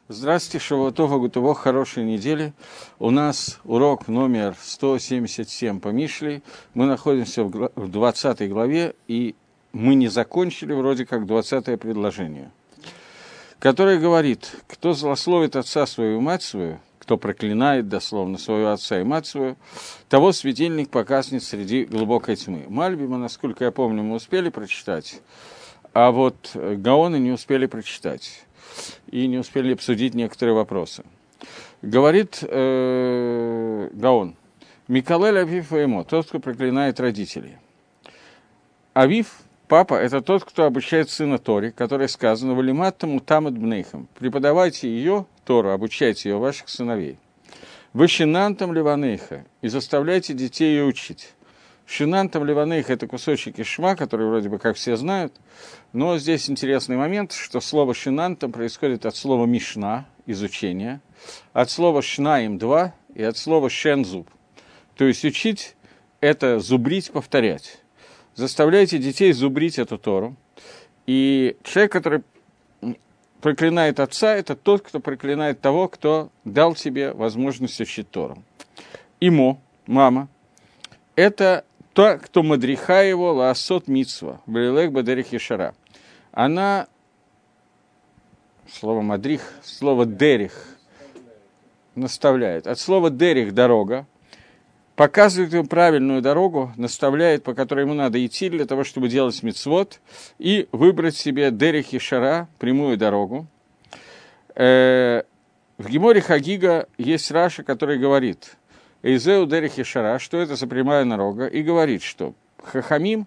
Здравствуйте, Шавуатова, Гутово, хорошей недели. У нас урок номер 177 по Мишле. Мы находимся в 20 главе, и мы не закончили вроде как 20 предложение, которое говорит: кто злословит отца свою и мать свою, кто проклинает дословно своего отца и мать свою, того светильник погаснет среди глубокой тьмы. Мальбима, насколько я помню, мы успели прочитать, а вот Гаоны не успели прочитать. И не успели обсудить некоторые вопросы. Говорит Гаон: Микалель Авив Ваимо, тот, кто проклинает родителей. Авив, папа, это тот, кто обучает сына Торе, который сказано: Валиматтам утамад бнейхам. Преподавайте ее, Тору, обучайте ее ваших сыновей. Вы шинантам ливанейха, и заставляйте детей ее учить. Шинантам ливанейха – это кусочек из шма, который вроде бы как все знают, но здесь интересный момент, что слово шинантам происходит от слова мишна, изучение, от слова шнаим – два, и от слова шензуб. То есть учить – это зубрить, повторять. Заставляйте детей зубрить эту Тору. И человек, который проклинает отца, это тот, кто проклинает того, кто дал тебе возможность учить Тору. Имо, мама, это то, кто мадриха его лаасот мицва, блилех бадерих ешара. Она, слово мадрих, слово дерих, наставляет. От слова дерих – дорога, показывает ему правильную дорогу, наставляет, по которой ему надо идти для того, чтобы делать мицвот, и выбрать себе дерих ешара, прямую дорогу. В Геморе Хагига есть Раша, который говорит: Эйзеу дерих ешара, что это за прямая дорога, и говорит, что хахамим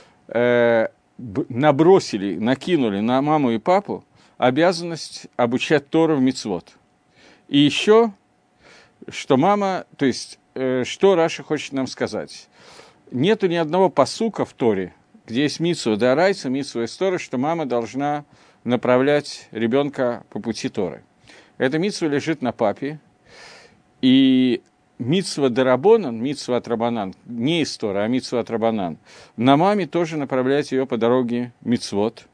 накинули на маму и папу обязанность обучать Тору в мицвот. И еще, что мама, то есть, что Раша хочет нам сказать? Нету ни одного пасука в Торе, где есть мицва деорайса, мицва из Торы, что мама должна направлять ребенка по пути Торы. Эта мицва лежит на папе, и мицва дарабонан, мицва от рабанан, не из Торы, а мицва от рабанан, на маме тоже направлять ее по дороге мицвот.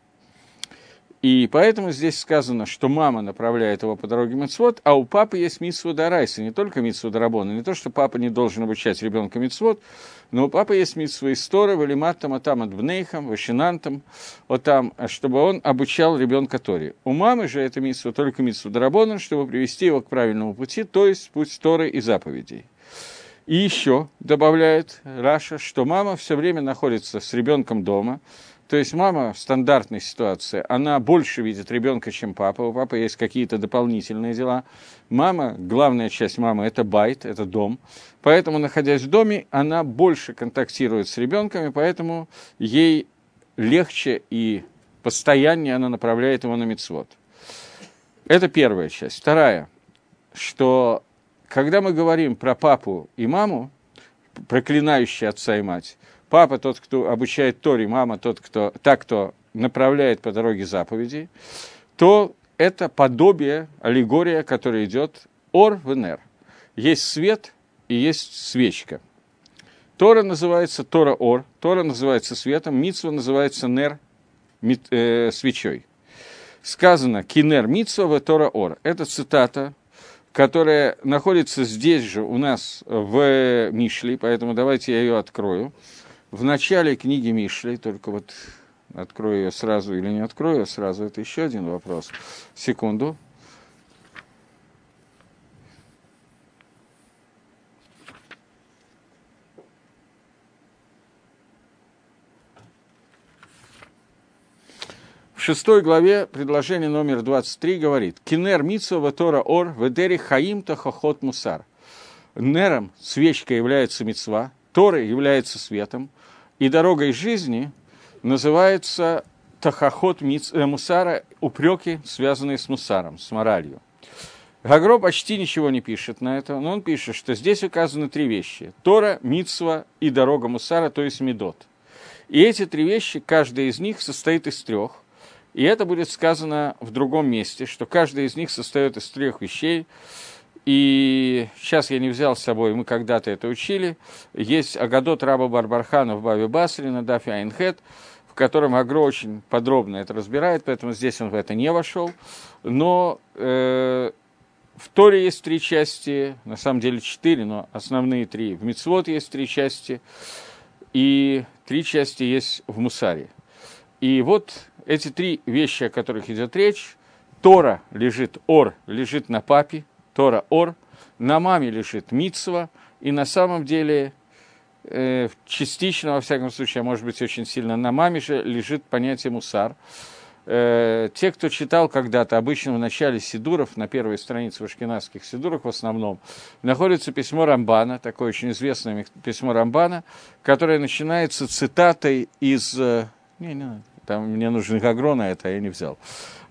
И поэтому здесь сказано, что мама направляет его по дороге мицвот, а у папы есть мицва дарайса, не только мицва дарабона, не то, что папа не должен обучать ребенка мицвот, но у папы есть мицва из Торы, валиматтам, атамат бнейхам, вашинантам, вот там, чтобы он обучал ребенка Торе. У мамы же это мицва только мицва дарабона, чтобы привести его к правильному пути, то есть путь Торы и заповедей. И еще добавляет Раша, что мама все время находится с ребенком дома. То есть мама в стандартной ситуации, она больше видит ребенка, чем папа. У папы есть какие-то дополнительные дела. Мама, главная часть мамы – это байт, это дом. Поэтому, находясь в доме, она больше контактирует с ребенком, и поэтому ей легче и постояннее она направляет его на мицвот. Это первая часть. Вторая, что когда мы говорим про папу и маму, проклинающие отца и мать, папа тот, кто обучает Торе, мама тот, кто направляет по дороге заповедей, то это подобие, аллегория, которая идет ор в нер. Есть свет и есть свечка. Тора называется Тора ор, Тора называется светом, мицва называется нер, свечой. Сказано кинер мицва в Тора ор. Это цитата, которая находится здесь же у нас в Мишле, поэтому давайте я ее открою. В начале книги Мишли, только вот открою ее сразу или не открою ее сразу, это еще один вопрос. Секунду. В 6 главе предложение номер 23 говорит: «Кинер митсва Тора ор ведери хаим тахохот мусар». Нером, свечка, является мицва, Тора является светом, и дорогой жизни называется тахохот мусара, упреки, связанные с мусаром, с моралью. Гагро почти ничего не пишет на это, но он пишет, что здесь указаны три вещи: Тора, мицва и дорога мусара, то есть медот. И эти три вещи, каждая из них состоит из трех. И это будет сказано в другом месте, что каждая из них состоит из трех вещей. И сейчас я не взял с собой, мы когда-то это учили. Есть Агадот Раба Барбархана в Баве Басри на Дафе Айнхет, в котором Агро очень подробно это разбирает, поэтому здесь он в это не вошел. Но в Торе есть 3 части, на самом деле 4, но основные 3. В Мицвот есть 3 части, и 3 части есть в Мусаре. И вот эти 3 вещи, о которых идет речь, Тора лежит, Ор лежит на папе, Тора Ор, на маме лежит Мицва, и на самом деле частично, во всяком случае, а может быть очень сильно на маме же лежит понятие Мусар. Те, кто читал когда-то, обычно в начале сидуров, на первой странице в ашкеназских сидурах в основном, находится письмо Рамбана, такое очень известное письмо Рамбана, которое начинается цитатой из... там мне нужен Гагро на это, а я не взял.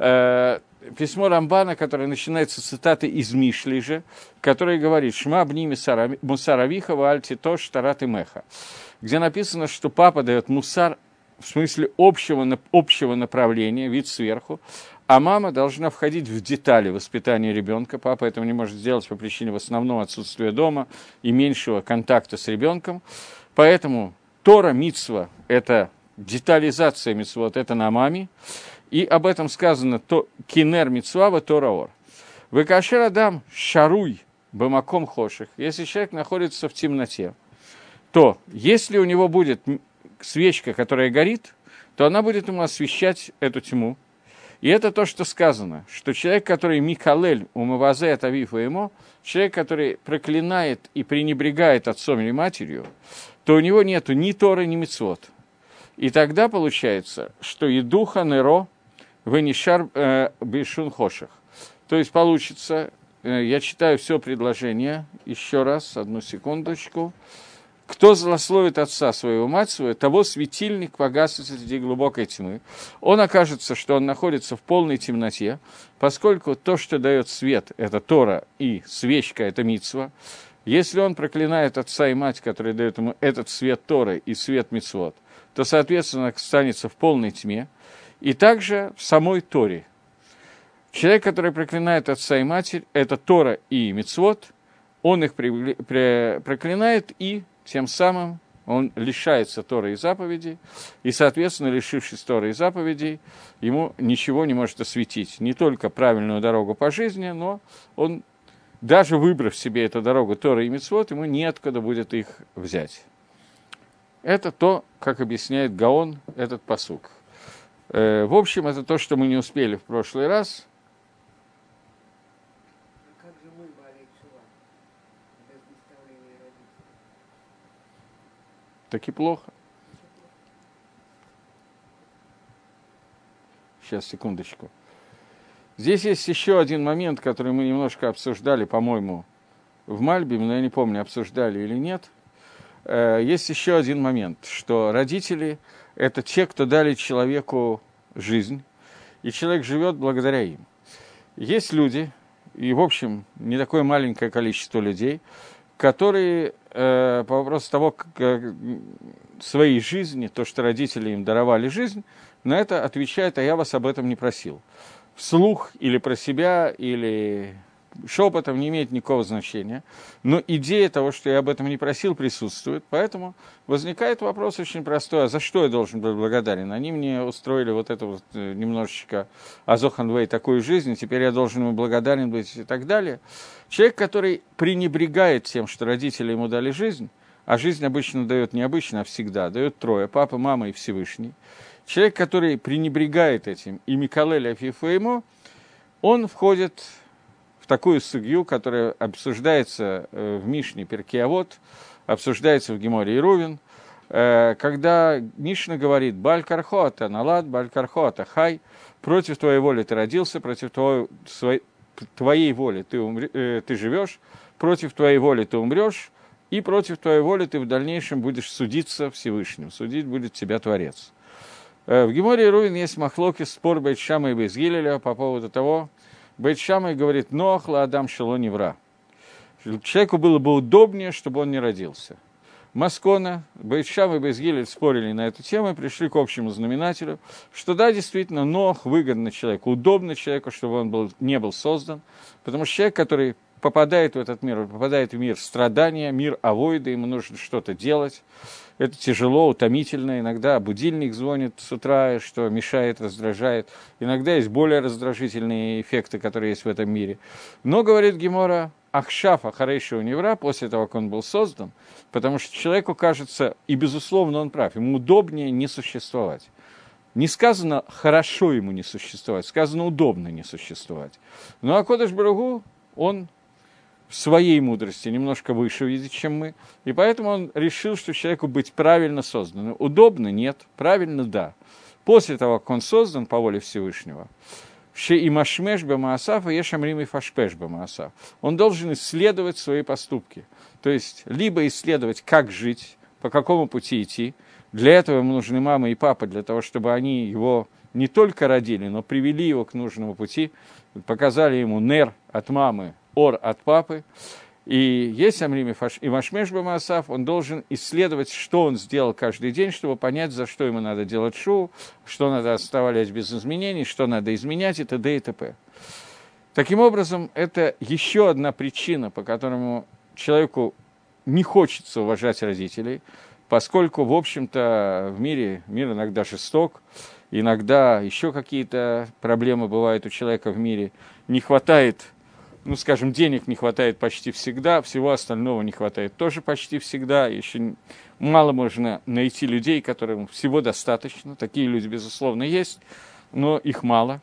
Письмо Рамбана, которое начинается цитатой из Мишли же, которое говорит «Шма бни мусаравиха ваальти тош тарат и меха», где написано, что папа дает мусар, в смысле общего направления, вид сверху, а мама должна входить в детали воспитания ребенка. Папа этого не может сделать по причине в основном отсутствия дома и меньшего контакта с ребенком. Поэтому Тора, мицва – это детализация мицвот, это на маме. И об этом сказано «кинер мицвава Тора ор». «Векашер адам шаруй бамаком хоших». Если человек находится в темноте, то если у него будет свечка, которая горит, то она будет ему освещать эту тьму. И это то, что сказано, что человек, который микалель умывазе от авив и ему, человек, который проклинает и пренебрегает отцом или матерью, то у него нету ни Торы, ни мицвот. И тогда получается, что и духа неро венишар бешун хоших. То есть получится, я читаю все предложение, еще раз, одну секундочку. Кто злословит отца своего, мать свою, того светильник погасит среди глубокой тьмы. Он окажется, что он находится в полной темноте, поскольку то, что дает свет, это Тора, и свечка, это мицва. Если он проклинает отца и мать, которые дают ему этот свет Торы и свет мицвот, то, соответственно, останется в полной тьме. И также в самой Торе. Человек, который проклинает отца и матерь, это Тора и мицвот, он их проклинает и тем самым он лишается Торы и заповедей, и, соответственно, лишившись Торы и заповедей, ему ничего не может осветить. Не только правильную дорогу по жизни, но он, даже выбрав себе эту дорогу Торы и мицвот, ему неоткуда будет их взять. Это то, как объясняет Гаон этот пасук. В общем, это то, что мы не успели в прошлый раз. Так и плохо. Сейчас, секундочку. Здесь есть еще один момент, который мы немножко обсуждали, по-моему, в Мальбиме, но я не помню, обсуждали или нет. Есть еще один момент, что родители – это те, кто дали человеку жизнь, и человек живет благодаря им. Есть люди, и, в общем, не такое маленькое количество людей, которые по вопросу того, как своей жизни, то, что родители им даровали жизнь, на это отвечают: а я вас об этом не просил. Вслух или про себя, или шепотом не имеет никакого значения. Но идея того, что я об этом не просил, присутствует. Поэтому возникает вопрос очень простой: а за что я должен быть благодарен? Они мне устроили вот эту вот немножечко азоханвей, такую жизнь, теперь я должен ему благодарен быть и так далее. Человек, который пренебрегает тем, что родители ему дали жизнь, а жизнь обычно дает не обычно, а всегда, дает трое: папа, мама и Всевышний. Человек, который пренебрегает этим, и Микалель Афифаимо, он входит в такую сугью, которая обсуждается в Мишне Перкей Авот, обсуждается в Геморе Ирувин, когда Мишна говорит: «Баль кархота налад, баль кархота хай», против твоей воли ты родился, против твоей воли ты живешь, против твоей воли ты умрешь, и против твоей воли ты в дальнейшем будешь судиться Всевышним, судить будет тебя Творец. В Геморе Ирувин есть махлокис, спор Бейт Шамма и Бейт Гилеля по поводу того, Бейт Шамма говорит: «Ноах ла адам шело невра». Человеку было бы удобнее, чтобы он не родился. Маскона, Бейт Шамма и Бейт Гилель спорили на эту тему и пришли к общему знаменателю, что да, действительно, Ноах выгодно человеку, удобно человеку, чтобы он не был создан, потому что человек, который попадает в этот мир, попадает в мир страдания, мир авойда, ему нужно что-то делать. это тяжело, утомительно, иногда будильник звонит с утра, что мешает, раздражает, иногда есть более раздражительные эффекты, которые есть в этом мире. Но, говорит Гемора, Ахшаф Ахарейши Унивра, после того, как он был создан, потому что человеку кажется, и безусловно он прав, ему удобнее не существовать. Не сказано «хорошо ему не существовать», сказано «удобно не существовать». Ну а Кодеш Барух Ху, он в своей мудрости немножко выше видит, чем мы, и поэтому он решил, что человеку быть правильно созданным. Удобно – нет, правильно – да. После того, как он создан по воле Всевышнего, и машмеш бамаасав, и ешамрим и фашпеш бамаасав. Он должен исследовать свои поступки. То есть, либо исследовать, как жить, по какому пути идти. Для этого ему нужны мама и папа, для того, чтобы они его не только родили, но привели его к нужному пути, показали ему нер от мамы, ор от папы. И есть Амрим и Машмеш Бамаасав, он должен исследовать, что он сделал каждый день, чтобы понять, за что ему надо делать шоу, что надо оставлять без изменений, что надо изменять и т.д. и т.п. Таким образом, это еще одна причина, по которому человеку не хочется уважать родителей, поскольку, в общем-то, мир иногда жесток, иногда еще какие-то проблемы бывают у человека в мире, не хватает, скажем, денег не хватает почти всегда, всего остального не хватает тоже почти всегда, еще мало можно найти людей, которым всего достаточно, такие люди, безусловно, есть, но их мало.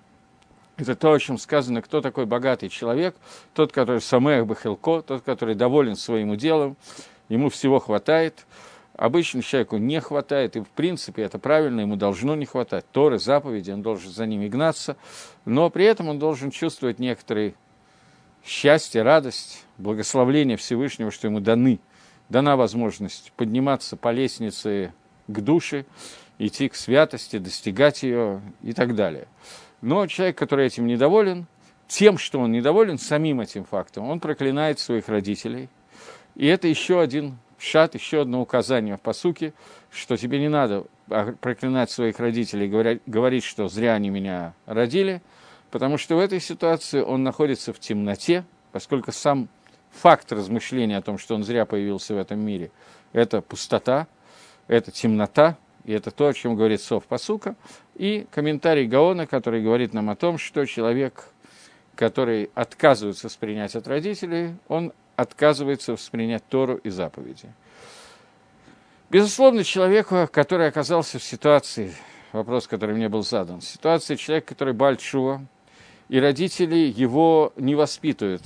Это то, о чем сказано, кто такой богатый человек, тот, который самех бахилко, тот, который доволен своим уделом, ему всего хватает. Обычно человеку не хватает, и в принципе это правильно, ему должно не хватать. Торы, заповеди, он должен за ними гнаться, но при этом он должен чувствовать некоторые счастье, радость, благословление Всевышнего, что ему дана возможность подниматься по лестнице к душе, идти к святости, достигать ее и так далее. Но человек, который этим недоволен, тем, что он недоволен, самим этим фактом, он проклинает своих родителей. И это еще один пшат, еще одно указание в пасуке, что тебе не надо проклинать своих родителей и говорить, что зря они меня родили, потому что в этой ситуации он находится в темноте, поскольку сам факт размышления о том, что он зря появился в этом мире, это пустота, это темнота, и это то, о чем говорит Сов пасука, и комментарий Гаона, который говорит нам о том, что человек, который отказывается воспринять от родителей, он отказывается воспринять Тору и заповеди. Безусловно, человеку, который оказался в ситуации, вопрос, который мне был задан, ситуация человека, который Бааль Тшува, и родители его не воспитывают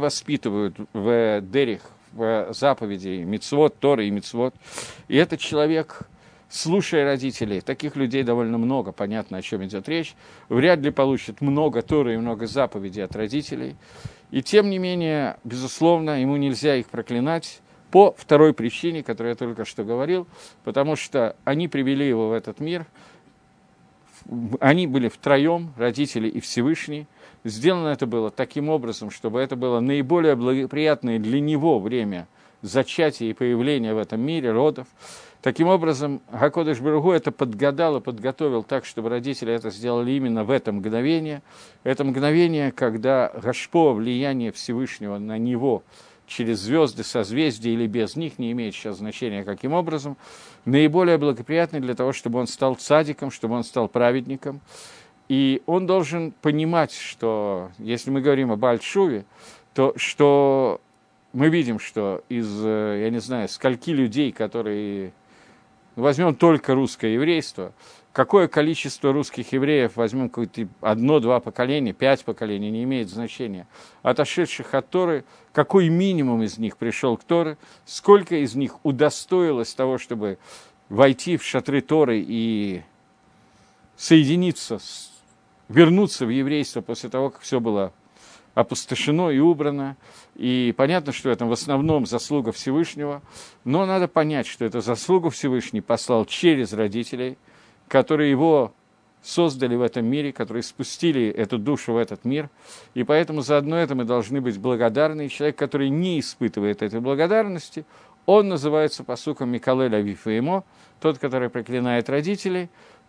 в дерих, в заповеди мицвот, Торы и мицвот. И этот человек, слушая родителей, таких людей довольно много, понятно, о чем идет речь, вряд ли получит много Торы и много заповедей от родителей. И тем не менее, безусловно, ему нельзя их проклинать по второй причине, которую я только что говорил, потому что они привели его в этот мир. Они были втроем, родители и Всевышний. Сделано это было таким образом, чтобы это было наиболее благоприятное для него время зачатия и появления в этом мире, родов. Таким образом, Гакодеш Барух Ху это подгадал и подготовил так, чтобы родители это сделали именно в это мгновение. Это мгновение, когда гашпо, влияние Всевышнего на него через звезды, созвездия или без них, не имеет сейчас значения каким образом, наиболее благоприятный для того, чтобы он стал цадиком, чтобы он стал праведником. И он должен понимать, что, если мы говорим о Бааль Тшуве, то что мы видим, что из, я не знаю, скольки людей, которые... Возьмем только русское еврейство, какое количество русских евреев, возьмем какое-то 1-2 поколения, 5 поколений, не имеет значения, отошедших от Торы, какой минимум из них пришел к Торе, сколько из них удостоилось того, чтобы войти в шатры Торы и соединиться, вернуться в еврейство после того, как все было опустошено и убрано. И понятно, что это в основном заслуга Всевышнего, но надо понять, что эту заслугу Всевышний послал через родителей, которые его создали в этом мире, которые спустили эту душу в этот мир, и поэтому заодно это мы должны быть благодарны. И человек, который не испытывает этой благодарности, он называется пасуком Микалель Авиф и Эмо, тот, который проклинает родителей,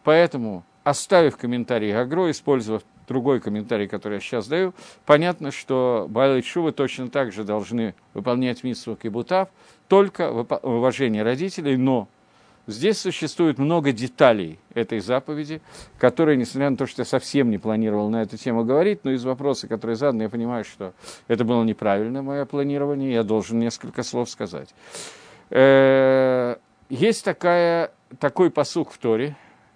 Поэтому, оставив комментарий Гагро, использовав другой комментарий, который я сейчас даю, понятно, что Баалей Тшувы точно так же должны выполнять мицву кибутав, только в уважении родителей, но здесь существует много деталей этой заповеди, которые, несмотря на то, что я совсем не планировал на эту тему говорить, но из вопроса, которые заданы, я понимаю, что это было неправильно, мое планирование, я должен несколько слов сказать. Есть такой пасук в Торе,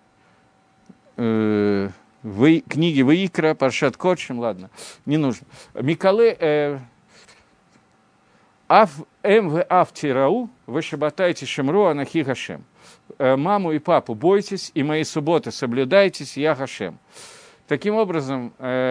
в книге Ваикра, Паршат Кодшим, ладно, не нужно. Микале Автирау, вы шабатайте Шемру, Анахи Гашем. Маму и папу бойтесь, и мои субботы соблюдайтесь, я Гашем. Таким образом,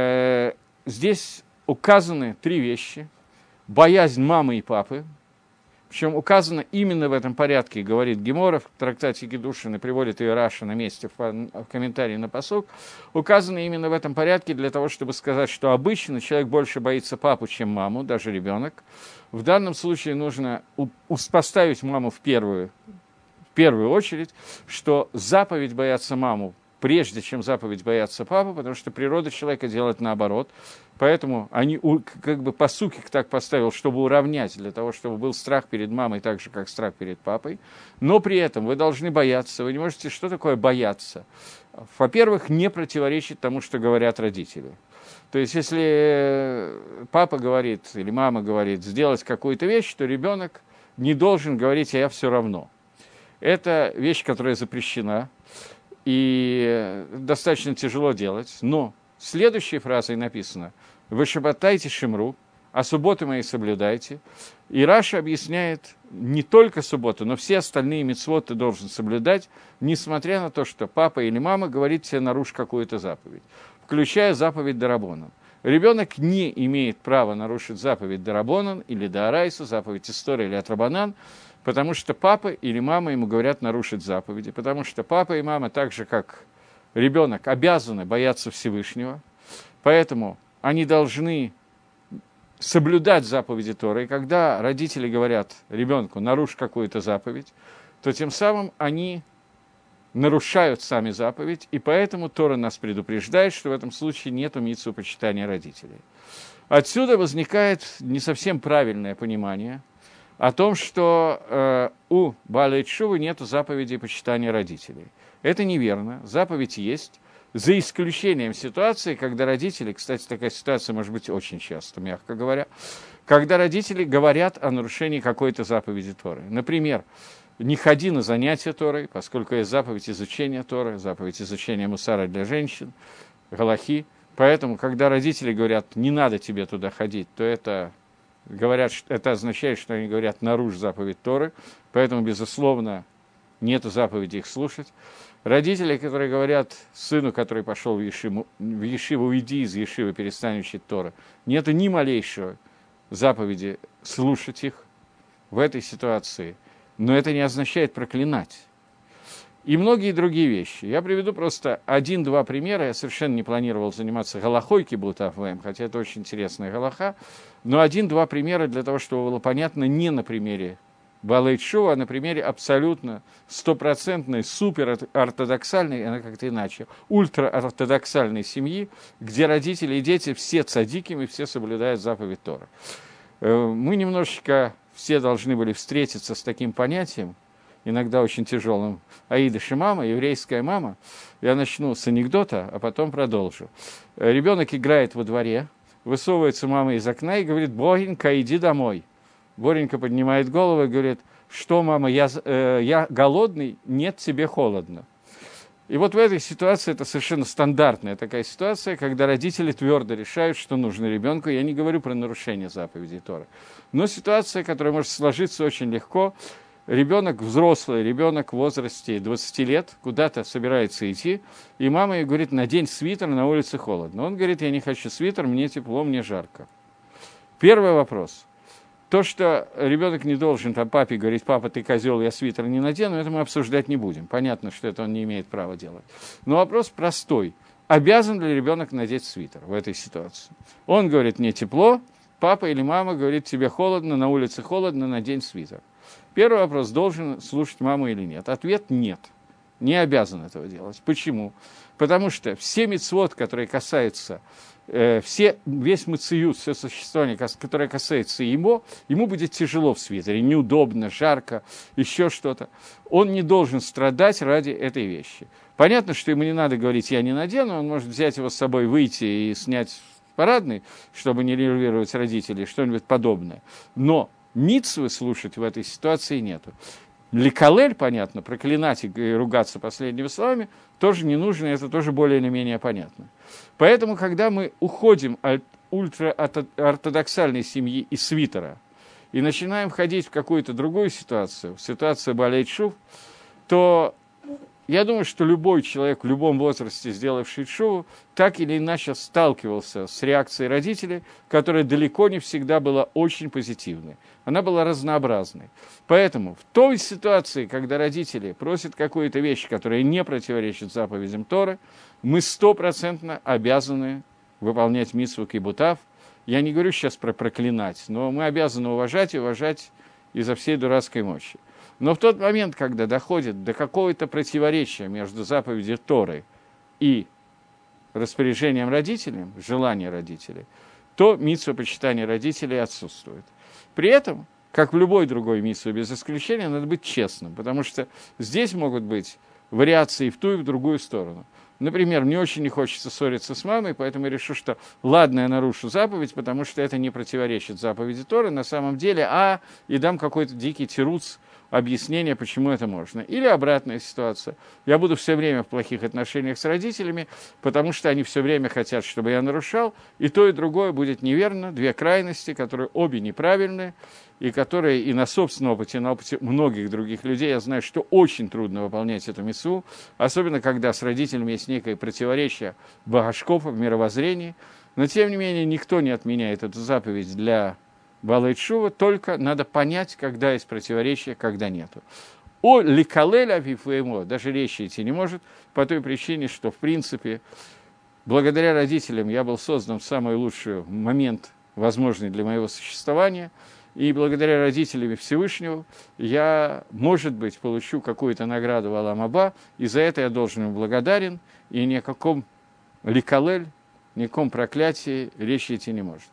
здесь указаны три вещи. Боязнь мамы и папы, причем указано именно в этом порядке, говорит Гемора в трактате Гедушин и приводит ее Раша на месте в комментарии на пасук, указано именно в этом порядке для того, чтобы сказать, что обычно человек больше боится папу, чем маму, даже ребенок. В данном случае нужно поставить маму в первую очередь, что заповедь бояться маму прежде, чем заповедь бояться папы, потому что природа человека делает наоборот. Поэтому они как бы пасуки так поставил, чтобы уравнять, для того, чтобы был страх перед мамой так же, как страх перед папой. Но при этом вы должны бояться. Вы не можете... Что такое бояться? Во-первых, не противоречить тому, что говорят родители. То есть, если папа говорит или мама говорит сделать какую-то вещь, то ребенок не должен говорить «а я все равно». Это вещь, которая запрещена, и достаточно тяжело делать, но следующей фразой написано «Вы шабатайте шемру, а субботы мои соблюдайте». И Раша объясняет, не только субботу, но все остальные мицвот ты должен соблюдать, несмотря на то, что папа или мама говорит тебе нарушь какую-то заповедь, включая заповедь Дарабонан. Ребенок не имеет права нарушить заповедь Дарабонан или Даарайса, заповедь Истории или Атрабанан, потому что папа или мама ему говорят нарушить заповеди, потому что папа и мама, так же как ребенок, обязаны бояться Всевышнего, поэтому они должны соблюдать заповеди Торы. И когда родители говорят ребенку нарушь какую-то заповедь, то тем самым они нарушают сами заповедь, и поэтому Тора нас предупреждает, что в этом случае нет мицвы почитания родителей. Отсюда возникает не совсем правильное понимание о том, что у Баалей Тшувы нет заповеди почитания родителей. Это неверно, заповедь есть, за исключением ситуации, когда родители, кстати, такая ситуация может быть очень часто, мягко говоря, когда родители говорят о нарушении какой-то заповеди Торы. Например, не ходи на занятия Торой, поскольку есть заповедь изучения Торы, заповедь изучения мусара для женщин, галахи. Поэтому, когда родители говорят, не надо тебе туда ходить, то это означает, что они говорят, нарушь заповедь Торы, поэтому, безусловно, нет заповеди их слушать. Родители, которые говорят сыну, который пошел в Ешиву, уйди из Ешивы, перестань учить Тору, нету ни малейшего заповеди слушать их в этой ситуации, но это не означает проклинать. И многие другие вещи. Я приведу просто один-два примера. Я совершенно не планировал заниматься галахой кибут АФМ, хотя это очень интересная галаха, но один-два примера для того, чтобы было понятно не на примере Баалей Тшува, а на примере абсолютно стопроцентной, суперортодоксальной, она как-то иначе, ультраортодоксальной семьи, где родители и дети все цадиким и все соблюдают заповедь Торы. Мы немножечко все должны были встретиться с таким понятием, иногда очень тяжелым, аидыш и мама, еврейская мама. Я начну с анекдота, а потом продолжу. Ребенок играет во дворе, высовывается мама из окна и говорит: «Богенька, иди домой». Боренька поднимает голову и говорит: «Что, мама, я голодный, нет, тебе холодно». И вот в этой ситуации, это совершенно стандартная такая ситуация, когда родители твердо решают, что нужно ребенку. Я не говорю про нарушение заповедей Торы, но ситуация, которая может сложиться очень легко. Ребенок взрослый, ребенок в возрасте 20 лет куда-то собирается идти, и мама ей говорит: «Надень свитер, на улице холодно». Он говорит: «Я не хочу свитер, мне тепло, мне жарко». Первый вопрос. То, что ребенок не должен там папе говорить: «Папа, ты козел, я свитер не надену», это мы обсуждать не будем. Понятно, что это он не имеет права делать. Но вопрос простой. Обязан ли ребенок надеть свитер в этой ситуации? Он говорит: «Мне тепло», папа или мама говорит: «Тебе холодно, на улице холодно, надень свитер». Первый вопрос: должен слушать маму или нет? Ответ – нет. не обязан этого делать. Почему? Потому что все мицвот, которые касаются, весь мациют, все существование, которое касается ему будет тяжело в свитере, неудобно, жарко, еще что-то. Он не должен страдать ради этой вещи. Понятно, что ему не надо говорить «я не надену», он может взять его с собой, выйти и снять в парадный, чтобы не нервировать родителей, что-нибудь подобное. Но мицвы слушать в этой ситуации нету. Ликалель, понятно, проклинать и ругаться последними словами, тоже не нужно, это тоже более или менее понятно. Поэтому, когда мы уходим от ультраортодоксальной семьи и свитера и начинаем входить в какую-то другую ситуацию, в ситуацию Баалей Тшув, то я думаю, что любой человек в любом возрасте, сделавший тшуву, так или иначе сталкивался с реакцией родителей, которая далеко не всегда была очень позитивной. Она была разнообразной. Поэтому в той ситуации, когда родители просят какую-то вещь, которая не противоречит заповедям Торы, мы 100% обязаны выполнять мицву кибутав. Я не говорю сейчас про проклинать, но мы обязаны уважать и уважать изо всей дурацкой мощи. Но в тот момент, когда доходит до какого-то противоречия между заповедью Торы и распоряжением родителей, желанием родителей, то мицва почитания родителей отсутствует. При этом, как в любой другой мицве, без исключения, надо быть честным, потому что здесь могут быть вариации в ту и в другую сторону. Например, мне очень не хочется ссориться с мамой, поэтому я решу, что ладно, я нарушу заповедь, потому что это не противоречит заповеди Торы на самом деле, и дам какой-то дикий тируц, объяснение, почему это можно. Или обратная ситуация. Я буду все время в плохих отношениях с родителями, потому что они все время хотят, чтобы я нарушал, и то, и другое будет неверно, две крайности, которые обе неправильные, и которые и на собственном опыте, и на опыте многих других людей, я знаю, что очень трудно выполнять эту мицву, особенно когда с родителями есть некое противоречие багашкопа в мировоззрении, но тем не менее никто не отменяет эту заповедь для Баалей Тшува, только надо понять, когда есть противоречие, когда нету. О ликалель авифуэмо даже речи идти не может, по той причине, что, в принципе, благодаря родителям я был создан в самый лучший момент, возможный для моего существования, и благодаря родителям Всевышнего я, может быть, получу какую-то награду в Алам Аба, и за это я должен ему благодарен, и ни о каком ликалель, ни о каком проклятии речи идти не может.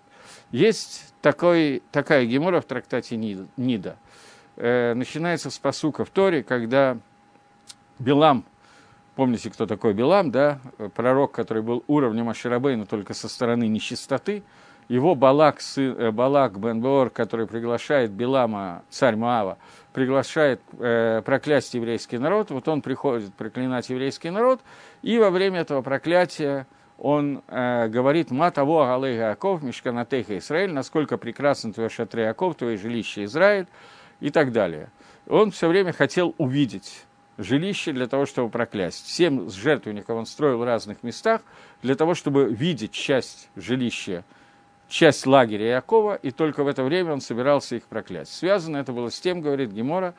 Есть такая гемора в трактате Нида. Начинается с пасука в Торе, когда Билам, помните, кто такой Билам, да? Пророк, который был уровнем Моше Рабейну, только со стороны нечистоты, его Балак бен Беор, который приглашает Билама, царь Моава, приглашает проклясть еврейский народ, вот он приходит проклинать еврейский народ, и во время этого проклятия он говорит «Ма того агалей Яаков, мишканатеха Исраэль», насколько прекрасен твой шатре Яаков, твое жилище Израиль, и так далее. Он все время хотел увидеть жилище для того, чтобы проклясть. 7 жертвенников он строил в разных местах для того, чтобы видеть часть жилища, часть лагеря Яакова, и только в это время он собирался их проклясть. Связано это было с тем, говорит Гемора,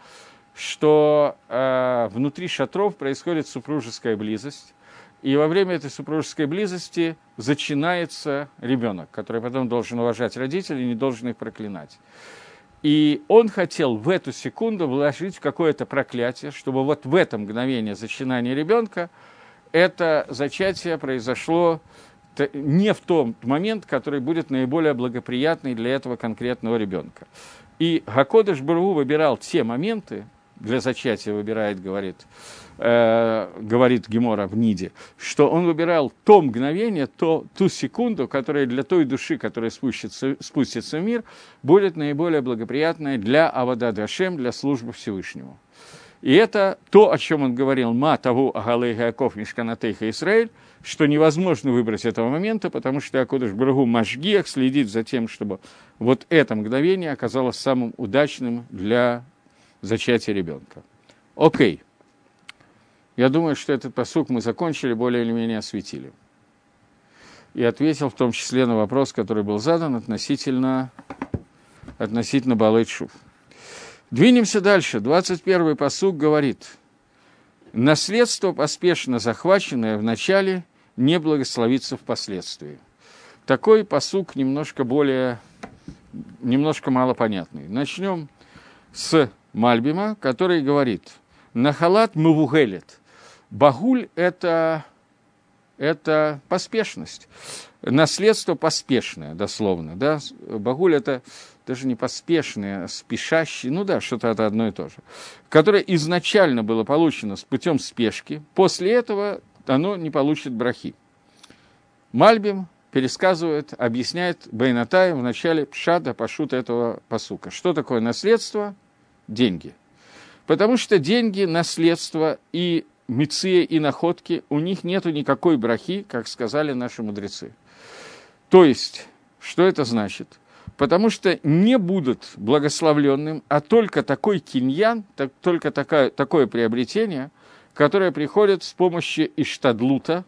что внутри шатров происходит супружеская близость, и во время этой супружеской близости зачинается ребенок, который потом должен уважать родителей и не должен их проклинать. И он хотел в эту секунду вложить в какое-то проклятие, чтобы вот в это мгновение зачинания ребенка это зачатие произошло не в тот момент, который будет наиболее благоприятный для этого конкретного ребенка. И Гакодеш Барух Ху выбирал те моменты, для зачатия выбирает, говорит Гемора в Ниде, что он выбирал то мгновение, ту секунду, которая для той души, которая спустится в мир, будет наиболее благоприятной для Авадат Гашем, для службы Всевышнему. И это то, о чем он говорил, «Ма таву агалей Яаков мишканатейха Исраэль», что невозможно выбрать этого момента, потому что Акодеш Барух Ху Машгиах следит за тем, чтобы вот это мгновение оказалось самым удачным для зачатия ребенка. Окей. Я думаю, что этот пасук мы закончили, более или менее осветили. И ответил в том числе на вопрос, который был задан относительно Баалей Тшув. Двинемся дальше. 21-й пасук говорит: «Наследство, поспешно захваченное в начале, не благословится впоследствии». Такой пасук немножко малопонятный. Начнем с Мальбима, который говорит: «Нахалат мавугелет». Багуль – это поспешность, наследство поспешное, дословно. Да? Багуль – это даже не поспешное, а спешащее, ну да, что-то это одно и то же, которое изначально было получено с путем спешки, после этого оно не получит брахи. Мальбим пересказывает, объясняет Бейнатай в начале пшата, пашута этого пасука. Что такое наследство? Деньги. Потому что деньги, наследство и миция, и находки, у них нету никакой брахи, как сказали наши мудрецы. То есть, что это значит? Потому что не будут благословленным, а только такой киньян, только такое приобретение, которое приходит с помощью иштадлута,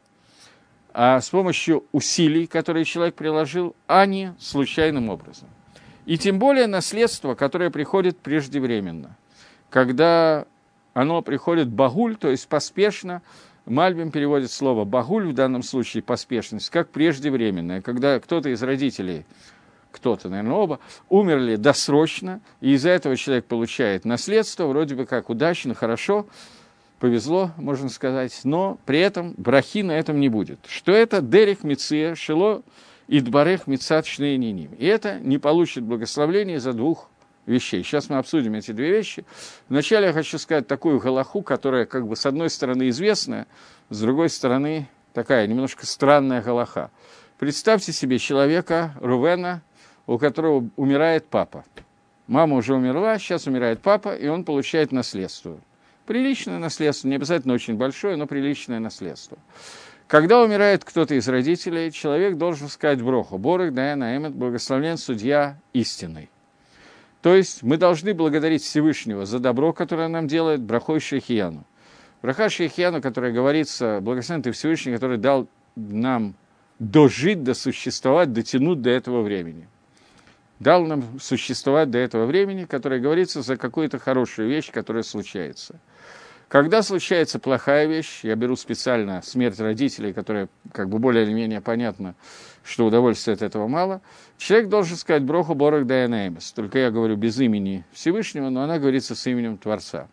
а с помощью усилий, которые человек приложил, а не случайным образом. И тем более наследство, которое приходит преждевременно. Когда оно приходит багуль, то есть поспешно, Мальбим переводит слово багуль, в данном случае поспешность, как преждевременное. Когда кто-то из родителей, кто-то, наверное, оба, умерли досрочно, и из-за этого человек получает наследство, вроде бы как удачно, хорошо, повезло, можно сказать, но при этом брахи на этом не будет. Что это? Дерих миция, шило и дбарех мицат шнейниним. И это не получит благословения из-за двух вещей. Сейчас мы обсудим эти две вещи. Вначале я хочу сказать такую галаху, которая как бы с одной стороны известная, с другой стороны такая немножко странная галаха. Представьте себе человека, Рувена, у которого умирает папа. Мама уже умерла, сейчас умирает папа, и он получает наследство. Приличное наследство, не обязательно очень большое, но приличное наследство. Когда умирает кто-то из родителей, человек должен сказать броху. Борых даяна эмет, благословен судья истинный. То есть мы должны благодарить Всевышнего за добро, которое он нам делает, брахой шейхияну. Браха шейхияну, которая говорится, благословен ты Всевышний, который дал нам дожить, досуществовать, дотянуть до этого времени. Дал нам существовать до этого времени, которое говорится за какую-то хорошую вещь, которая случается. Когда случается плохая вещь, я беру специально смерть родителей, которая как бы более или менее понятно, что удовольствия от этого мало, человек должен сказать броху борох даянаэмес. Только я говорю без имени Всевышнего, но она говорится с именем Творца.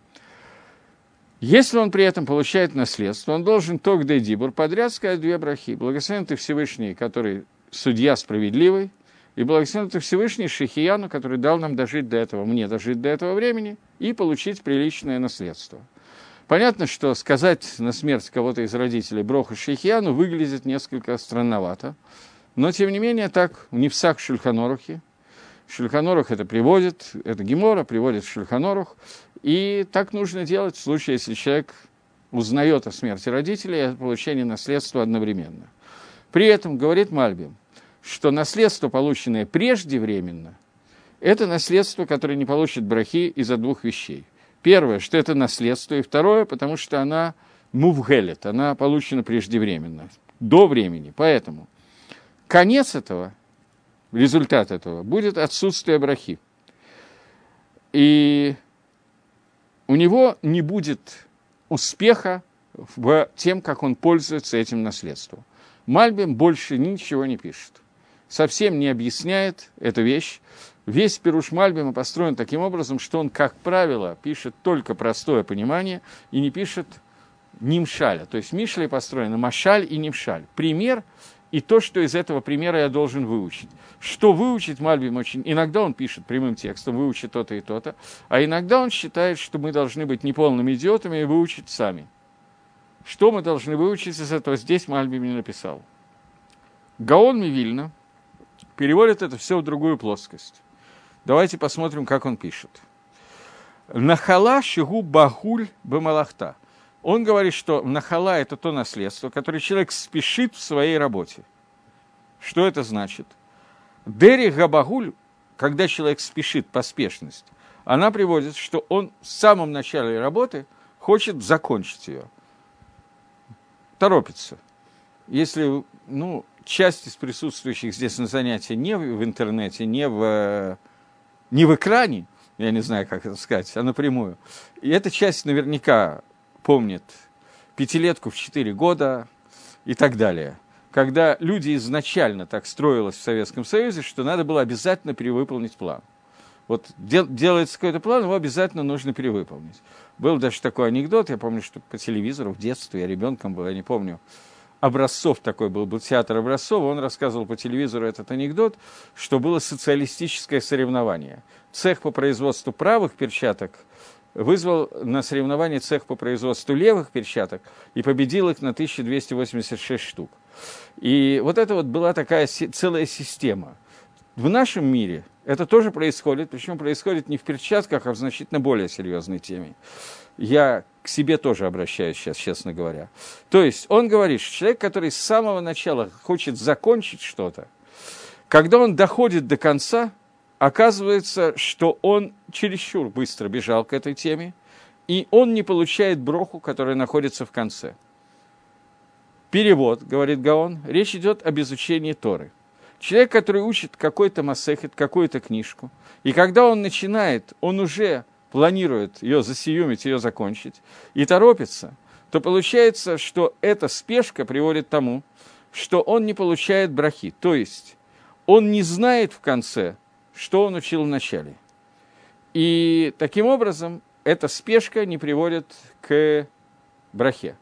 Если он при этом получает наследство, он должен ток де дибур подряд сказать две брахи. Благословен ты Всевышний, который судья справедливый, и благословен ты Всевышний Шейхияну, который дал нам дожить до этого, мне дожить до этого времени и получить приличное наследство. Понятно, что сказать на смерть кого-то из родителей броху Шейхияну выглядит несколько странновато, но, тем не менее, так в Невсах Шульхан-Орухе. Шульхан-Орух это приводит, это Гемора приводит в Шульхан-Орух, и так нужно делать в случае, если человек узнает о смерти родителей и о получении наследства одновременно. При этом, говорит Мальбим, что наследство, полученное преждевременно, это наследство, которое не получит брахи из-за двух вещей. Первое, что это наследство, и второе, потому что она мувгелет, она получена преждевременно, до времени. Поэтому конец этого, результат этого, будет отсутствие брахи. И у него не будет успеха в тем, как он пользуется этим наследством. Мальбим больше ничего не пишет. Совсем не объясняет эту вещь. Весь Пируш Мальбима построен таким образом, что он, как правило, пишет только простое понимание и не пишет нимшаля. То есть Мишли построена машаль и нимшаль. Пример и то, что из этого примера я должен выучить. Что выучить Мальбим очень... Иногда он пишет прямым текстом, выучить то-то и то-то, а иногда он считает, что мы должны быть неполными идиотами и выучить сами. Что мы должны выучить из этого, здесь Мальбим не написал. Гаон Мивильна переводит это все в другую плоскость. Давайте посмотрим, как он пишет. Нахала шигу багуль бемалахта. Он говорит, что нахала – это то наследство, которое человек спешит в своей работе. Что это значит? Дери габагуль, когда человек спешит, поспешность, она приводит, что он в самом начале работы хочет закончить ее. Торопится. Если, часть из присутствующих здесь на занятии не в интернете, не в экране, я не знаю, как это сказать, а напрямую. И эта часть наверняка помнит пятилетку в 4 года и так далее. Когда люди изначально так строилось в Советском Союзе, что надо было обязательно перевыполнить план. вот делается какой-то план, его обязательно нужно перевыполнить. Был даже такой анекдот, я помню, что по телевизору в детстве, я ребенком был, я не помню, Образцов такой был театр Образцова, он рассказывал по телевизору этот анекдот, что было социалистическое соревнование. Цех по производству правых перчаток вызвал на соревнование цех по производству левых перчаток и победил их на 1286 штук. И вот это вот была такая целая система. В нашем мире это тоже происходит, причем происходит не в перчатках, а в значительно более серьезной теме. Я к себе тоже обращаюсь сейчас, честно говоря. То есть он говорит, что человек, который с самого начала хочет закончить что-то, когда он доходит до конца, оказывается, что он чересчур быстро бежал к этой теме, и он не получает броху, которая находится в конце. Перевод, говорит Гаон, речь идет об изучении Торы. Человек, который учит какой-то масехет, какую-то книжку, и когда он начинает, он уже планирует ее засиюмить, ее закончить, и торопится, то получается, что эта спешка приводит к тому, что он не получает брахи. То есть он не знает в конце, что он учил в начале. И таким образом эта спешка не приводит к брахе.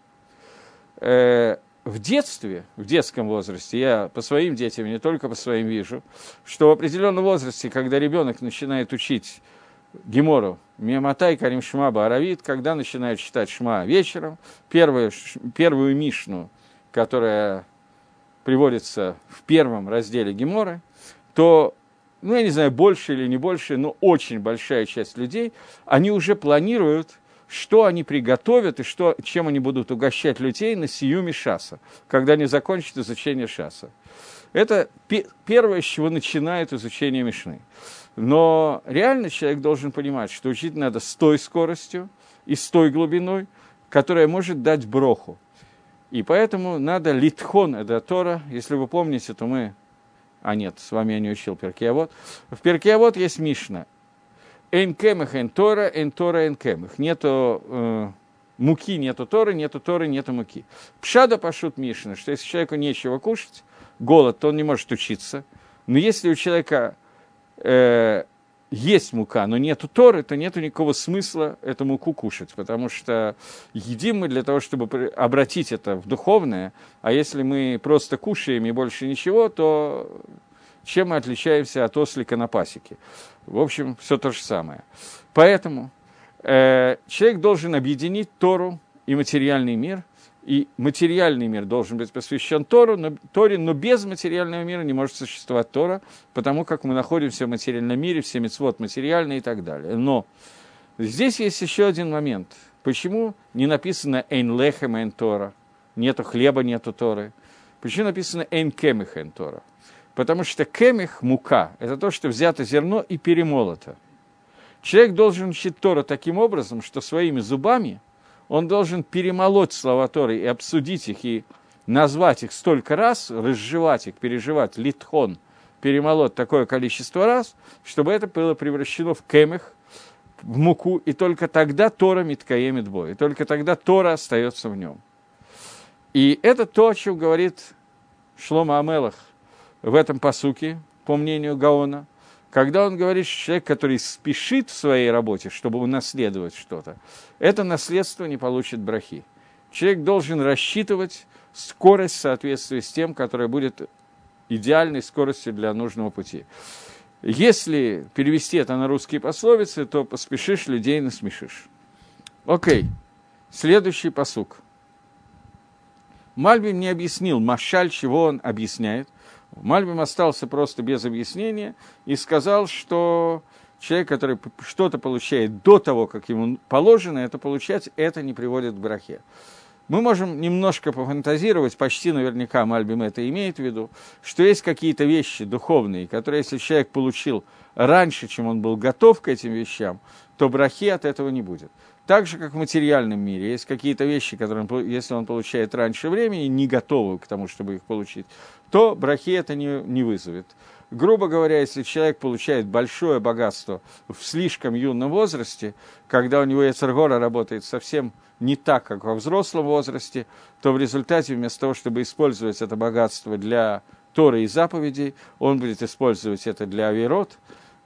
В детстве, в детском возрасте, я по своим детям, не только по своим вижу, что в определенном возрасте, когда ребенок начинает учить Гемору, Миаматай, Карим Шма, Бааравит, когда начинает читать Шма вечером, первую Мишну, которая приводится в первом разделе Геморы, то, я не знаю, больше или не больше, но очень большая часть людей, они уже планируют, что они приготовят и чем они будут угощать людей на сиюме шаса, когда они закончат изучение шаса. Это первое, с чего начинает изучение Мишны. Но реально человек должен понимать, что учить надо с той скоростью и с той глубиной, которая может дать броху. И поэтому надо литхон, это Тора. Если вы помните, то мы... нет, с вами я не учил Перкей Авот. В Перкей Авот есть Мишна. Эйн кемех, эйн Тора, эйн кемех. Нету муки, нету Торы, нету муки. Пшада пашут Мишна, что если человеку нечего кушать, голод, то он не может учиться. Но если у человека есть мука, но нету Торы, то нету никакого смысла эту муку кушать, потому что едим мы для того, чтобы обратить это в духовное, а если мы просто кушаем и больше ничего, то чем мы отличаемся от ослика на пасеке? В общем, все то же самое. Поэтому человек должен объединить Тору и материальный мир, и материальный мир должен быть посвящен Торе, но без материального мира не может существовать Тора, потому как мы находимся в материальном мире, все мицвот материальные и так далее. Но здесь есть еще один момент. Почему не написано «эйн лехем эйн Тора», нету хлеба, нету Торы? Почему написано «эйн кемех эйн Тора»? Потому что кемех, мука, это то, что взято зерно и перемолото. Человек должен учить Тору таким образом, что своими зубами он должен перемолоть слова Торы и обсудить их, и назвать их столько раз, разжевать их, переживать, литхон, перемолоть такое количество раз, чтобы это было превращено в кемех, в муку, и только тогда Тора миткаемит бой, и только тогда Тора остается в нем. И это то, о чем говорит Шломо Амелах в этом пасуке, по мнению Гаона, когда он говорит, что человек, который спешит в своей работе, чтобы унаследовать что-то, это наследство не получит брахи. Человек должен рассчитывать скорость в соответствии с тем, которая будет идеальной скоростью для нужного пути. Если перевести это на русские пословицы, то поспешишь, людей насмешишь. Окей, следующий пасук. Мальбим не объяснил машаль, чего он объясняет. Мальбим остался просто без объяснения и сказал, что человек, который что-то получает до того, как ему положено это получать, это не приводит к брахе. Мы можем немножко пофантазировать, почти наверняка Мальбим это имеет в виду, что есть какие-то вещи духовные, которые, если человек получил раньше, чем он был готов к этим вещам, то брахи от этого не будет. Так же, как в материальном мире, есть какие-то вещи, которые, если он получает раньше времени, не готовы к тому, чтобы их получить, то брахи это не вызовет. Грубо говоря, если человек получает большое богатство в слишком юном возрасте, когда у него йецер гара работает совсем не так, как во взрослом возрасте, то в результате вместо того, чтобы использовать это богатство для Торы и заповедей, он будет использовать это для авейрот,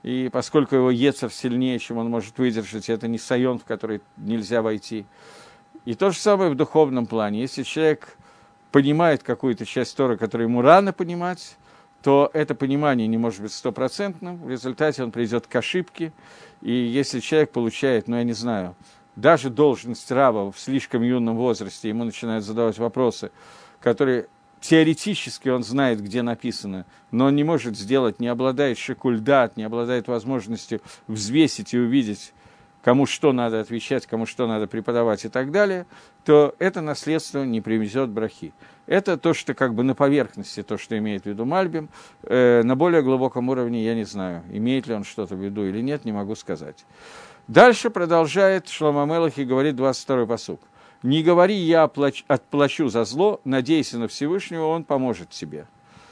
и поскольку его ецер сильнее, чем он может выдержать, это не сайон, в который нельзя войти. И то же самое в духовном плане. Если человек понимает какую-то часть Торы, которую ему рано понимать, то это понимание не может быть стопроцентным, в результате он придет к ошибке, и если человек получает, я не знаю, даже должность раба в слишком юном возрасте, ему начинают задавать вопросы, которые теоретически он знает, где написано, но он не может сделать, не обладает шикульдат, не обладает возможностью взвесить и увидеть, кому что надо отвечать, кому что надо преподавать и так далее, то это наследство не привезет брахи. Это то, что как бы на поверхности, то, что имеет в виду Мальбим. На более глубоком уровне я не знаю, имеет ли он что-то в виду или нет, не могу сказать. Дальше продолжает Шломо а-Мелех и говорит 22-й пасук. «Не говори, я отплачу за зло, надейся на Всевышнего, он поможет тебе».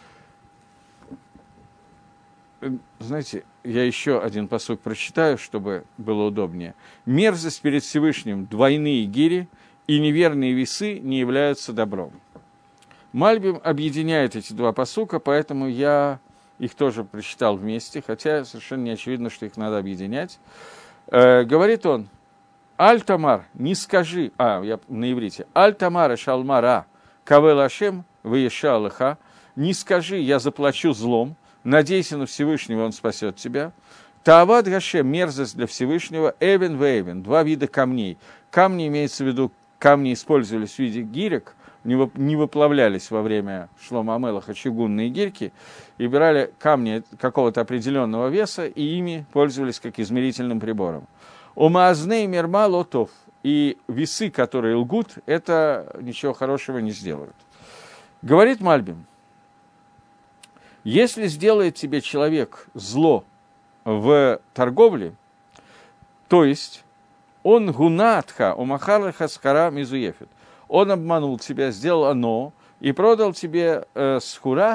Знаете, я еще один пасук прочитаю, чтобы было удобнее. «Мерзость перед Всевышним, двойные гири и неверные весы не являются добром». Мальбим объединяет эти два пасука, поэтому я их тоже прочитал вместе, хотя совершенно не очевидно, что их надо объединять. Говорит он, «Аль-Тамар, не скажи», я на иврите, «Аль-Тамара шалмара кавел Ашем вееша Аллаха, не скажи, я заплачу злом, надейся на Всевышнего, он спасет тебя». Таавад Гашем, мерзость для Всевышнего, эвен вэвен, два вида камней. Камни, имеется в виду, камни использовались в виде гирек, не выплавлялись во время Шломо а-Мелеха чугунные гирьки, и брали камни какого-то определенного веса, и ими пользовались как измерительным прибором. Умаазней мирма лотов, и весы, которые лгут, это ничего хорошего не сделают. Говорит Мальбим, если сделает тебе человек зло в торговле, то есть он гунатха умахарлаха схара мизуефет, он обманул тебя, сделал оно и продал тебе схура,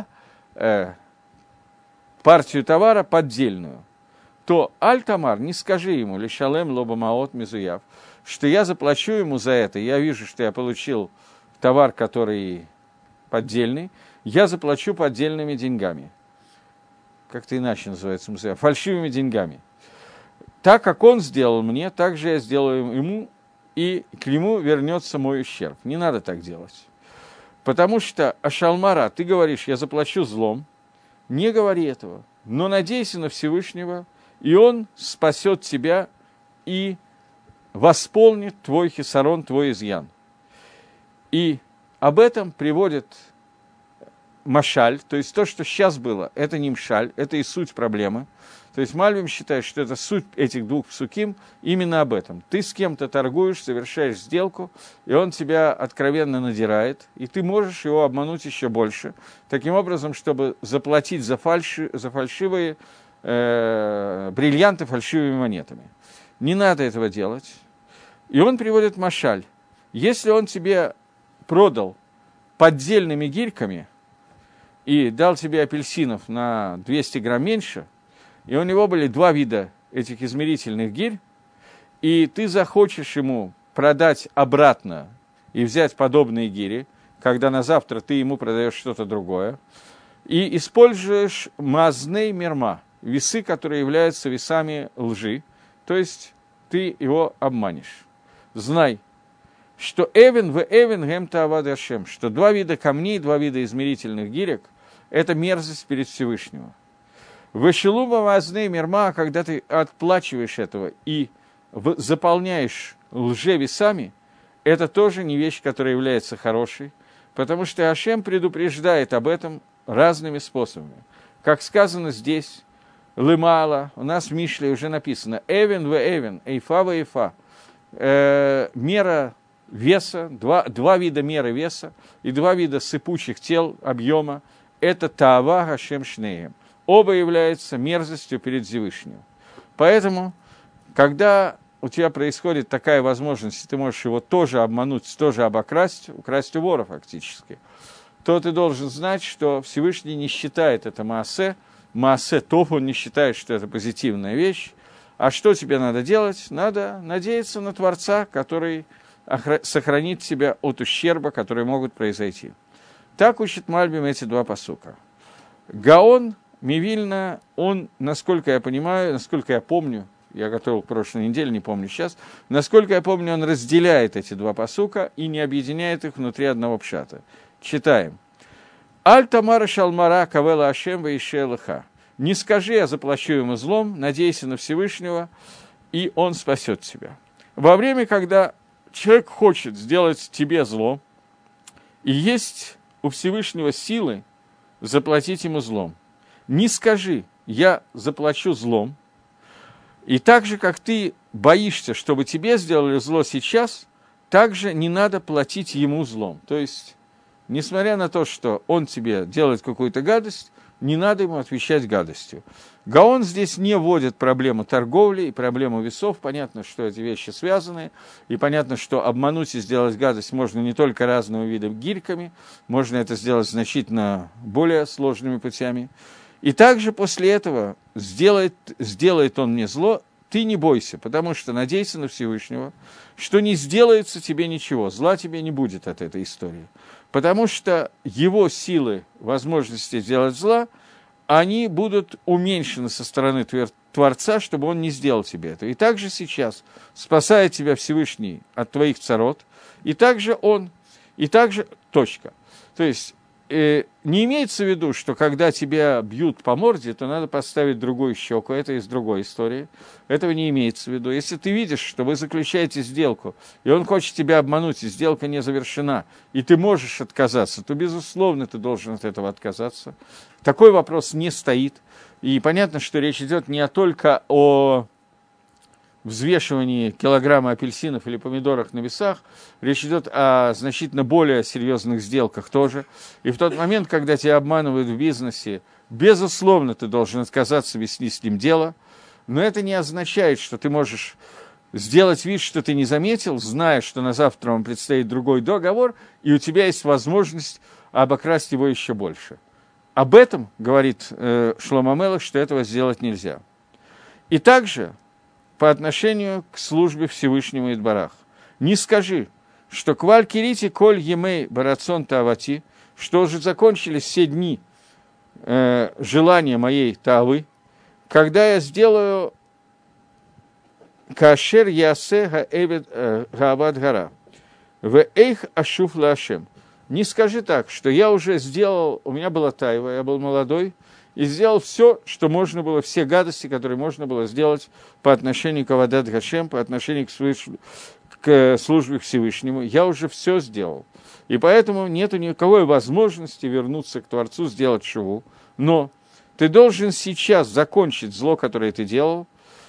партию товара поддельную, то аль-тамар, не скажи ему, лишалем лобамаот мизуяв, что я заплачу ему за это, я вижу, что я получил товар, который поддельный, я заплачу поддельными деньгами. Как-то иначе называется мизуяв, фальшивыми деньгами. Так, как он сделал мне, так же я сделаю ему, и к нему вернется мой ущерб. Не надо так делать. Потому что, Ашалмара, ты говоришь, я заплачу злом, не говори этого, но надейся на Всевышнего, и он спасет тебя и восполнит твой хисарон, твой изъян. И об этом приводит машаль, то есть то, что сейчас было, это не мшаль, это и суть проблемы. То есть Мальбим считает, что это суть этих двух псуким именно об этом. Ты с кем-то торгуешь, совершаешь сделку, и он тебя откровенно надирает, и ты можешь его обмануть еще больше, таким образом, чтобы заплатить за фальшивые бриллианты фальшивыми монетами. Не надо этого делать. И он приводит машаль. Если он тебе продал поддельными гирьками и дал тебе апельсинов на 200 грамм меньше, и у него были два вида этих измерительных гирь, и ты захочешь ему продать обратно и взять подобные гири, когда на завтра ты ему продаешь что-то другое, и используешь мазней мирма, весы, которые являются весами лжи, то есть ты его обманешь. Знай, что эвен в эвен гем таавад Ашем, что два вида камней, два вида измерительных гирек – это мерзость перед Всевышнего. Вешелума мазней мирма, когда ты отплачиваешь этого и заполняешь лжевесами, это тоже не вещь, которая является хорошей, потому что Ашем предупреждает об этом разными способами. Как сказано здесь, лымала, у нас в Мишле уже написано, эвен в эвен, эйфа в эйфа, мера веса, два вида меры веса и два вида сыпучих тел, объема, это таава Ашем шнеем. Оба являются мерзостью перед Всевышним. Поэтому, когда у тебя происходит такая возможность, ты можешь его тоже обмануть, тоже обокрасть, украсть у вора фактически, то ты должен знать, что Всевышний не считает это маасе тоф, он не считает, что это позитивная вещь. А что тебе надо делать? Надо надеяться на Творца, который сохранит тебя от ущерба, которые могут произойти. Так учит Мальбим эти два пасука. Гаон Мивильна, он, насколько я понимаю, насколько я помню, я готовил к прошлой неделе, не помню сейчас, насколько я помню, он разделяет эти два пасука и не объединяет их внутри одного пшата. Читаем. «Аль тамара шалмара кавела ашем ваишелыха». «Не скажи, я заплачу ему злом, надейся на Всевышнего, и он спасет тебя». Во время, когда человек хочет сделать тебе зло, и есть у Всевышнего силы заплатить ему злом, не скажи, я заплачу злом, и так же, как ты боишься, чтобы тебе сделали зло сейчас, так же не надо платить ему злом. То есть, несмотря на то, что он тебе делает какую-то гадость, не надо ему отвечать гадостью. Гаон здесь не вводит проблему торговли и проблему весов. Понятно, что эти вещи связаны, и понятно, что обмануть и сделать гадость можно не только разного вида гирьками, можно это сделать значительно более сложными путями. И также после этого сделает он мне зло, ты не бойся, потому что надейся на Всевышнего, что не сделается тебе ничего, зла тебе не будет от этой истории. Потому что его силы, возможности сделать зла, они будут уменьшены со стороны Творца, чтобы он не сделал тебе это. И также сейчас спасает тебя Всевышний от твоих царот, и также он, и также точка. То есть не имеется в виду, что когда тебя бьют по морде, то надо поставить другую щеку. Это из другой истории. Этого не имеется в виду. Если ты видишь, что вы заключаете сделку, и он хочет тебя обмануть, и сделка не завершена, и ты можешь отказаться, то, безусловно, ты должен от этого отказаться. Такой вопрос не стоит. И понятно, что речь идет не только о взвешивании килограмма апельсинов или помидорах на весах, речь идет о значительно более серьезных сделках тоже. И в тот момент, когда тебя обманывают в бизнесе, безусловно, ты должен отказаться вести с ним дело, но это не означает, что ты можешь сделать вид, что ты не заметил, зная, что на завтра вам предстоит другой договор, и у тебя есть возможность обокрасть его еще больше. Об этом говорит Шломо Мелех, что этого сделать нельзя. И также по отношению к службе Всевышнему Идбарах. Не скажи, что кваль кирити коль емей барацон таавати, что уже закончились все дни желания моей таавы, когда я сделаю кашер ясе гаэвед гаавад гара, в эйх ашуф лашем. Не скажи так, что я уже сделал, у меня была тайва, я был молодой, и сделал все, что можно было, все гадости, которые можно было сделать по отношению к Авадат Гашем, по отношению к службе Всевышнему. Я уже все сделал. И поэтому нет никакой возможности вернуться к Творцу, сделать шуву. Но ты должен сейчас закончить зло, которое ты делал,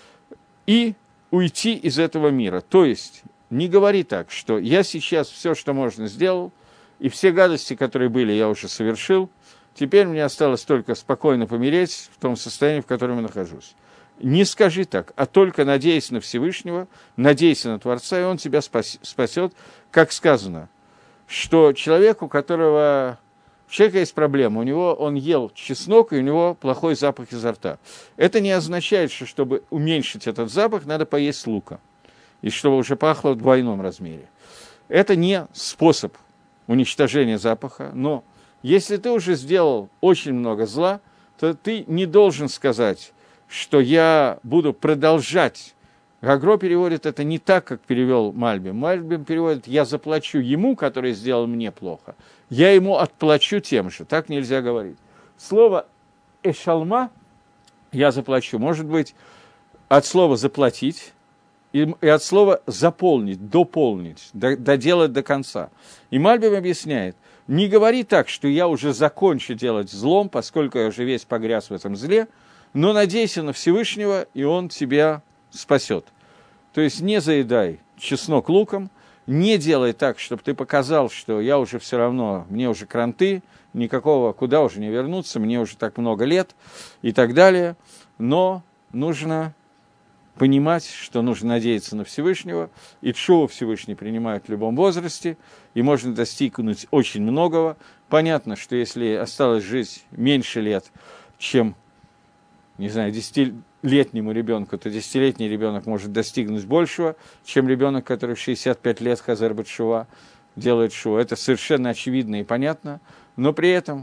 и уйти из этого мира. То есть не говори так, что я сейчас все, что можно, сделал, и все гадости, которые были, я уже совершил. Теперь мне осталось только спокойно помереть в том состоянии, в котором я нахожусь. Не скажи так, а только надейся на Всевышнего, надейся на Творца, и Он тебя спасет, как сказано, что человек, у человека есть проблема, он ел чеснок, и у него плохой запах изо рта. Это не означает, что чтобы уменьшить этот запах, надо поесть лука, и чтобы уже пахло в двойном размере. Это не способ уничтожения запаха, но если ты уже сделал очень много зла, то ты не должен сказать, что я буду продолжать. Гагро переводит это не так, как перевел Мальбим. Мальбим переводит «я заплачу ему, который сделал мне плохо, я ему отплачу тем же». Так нельзя говорить. Слово «эшалма» «я заплачу» может быть от слова «заплатить», и от слова «заполнить», «дополнить», «доделать до конца». И Мальбим объясняет, не говори так, что я уже закончу делать злом, поскольку я уже весь погряз в этом зле, но надейся на Всевышнего, и Он тебя спасет. То есть не заедай чеснок луком, не делай так, чтобы ты показал, что я уже все равно, мне уже кранты, никакого, куда уже не вернуться, мне уже так много лет и так далее. Но нужно понимать, что нужно надеяться на Всевышнего, и тшуву Всевышний принимает в любом возрасте, и можно достигнуть очень многого. Понятно, что если осталось жить меньше лет, чем, не знаю, 10-летнему ребенку, то 10-летний ребенок может достигнуть большего, чем ребенок, который в 65 лет хазар бет шува, делает шуву. Это совершенно очевидно и понятно, но при этом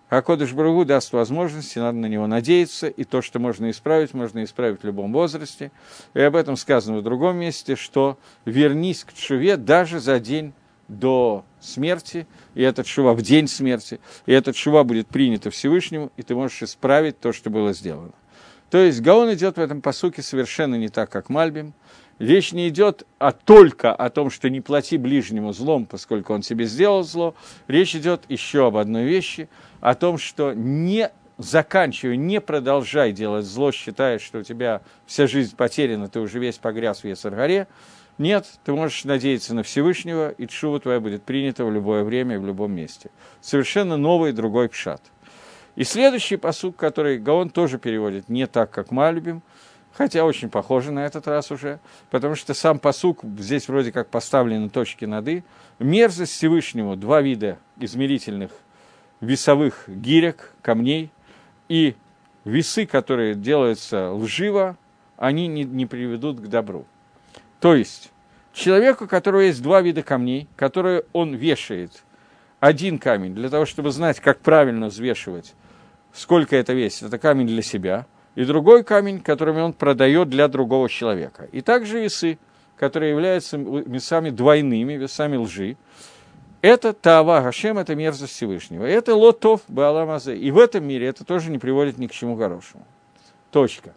А Кодыш Барух Ху даст возможности, надо на него надеяться, и то, что можно исправить в любом возрасте. И об этом сказано в другом месте, что вернись к тшуве даже за день до смерти, и этот тшува в день смерти, и этот тшува будет принято Всевышнему, и ты можешь исправить то, что было сделано. То есть Гаон идет в этом пасуке совершенно не так, как Мальбим. Речь не идет только о том, что не плати ближнему злом, поскольку он тебе сделал зло. Речь идет еще об одной вещи, о том, что не заканчивай, не продолжай делать зло, считая, что у тебя вся жизнь потеряна, ты уже весь погряз в Ецер-Гаре. Нет, ты можешь надеяться на Всевышнего, и тшува твоя будет принята в любое время и в любом месте. Совершенно новый другой пшат. И следующий пасук, который Гаон тоже переводит не так, как Мальбим, хотя очень похоже на этот раз уже, потому что сам пасук, здесь вроде как поставлены точки над «и». Мерзость Всевышнему, два вида измерительных весовых гирек, камней, и весы, которые делаются лживо, они не приведут к добру. То есть человеку, у которого есть два вида камней, которые он вешает, один камень для того, чтобы знать, как правильно взвешивать, сколько это весит, это камень для себя, и другой камень, которыми он продает для другого человека. И также весы, которые являются весами двойными, весами лжи. Это таава Гашем, это мерзость Всевышнего. Это лотов баалам азе. И в этом мире это тоже не приводит ни к чему хорошему. Точка.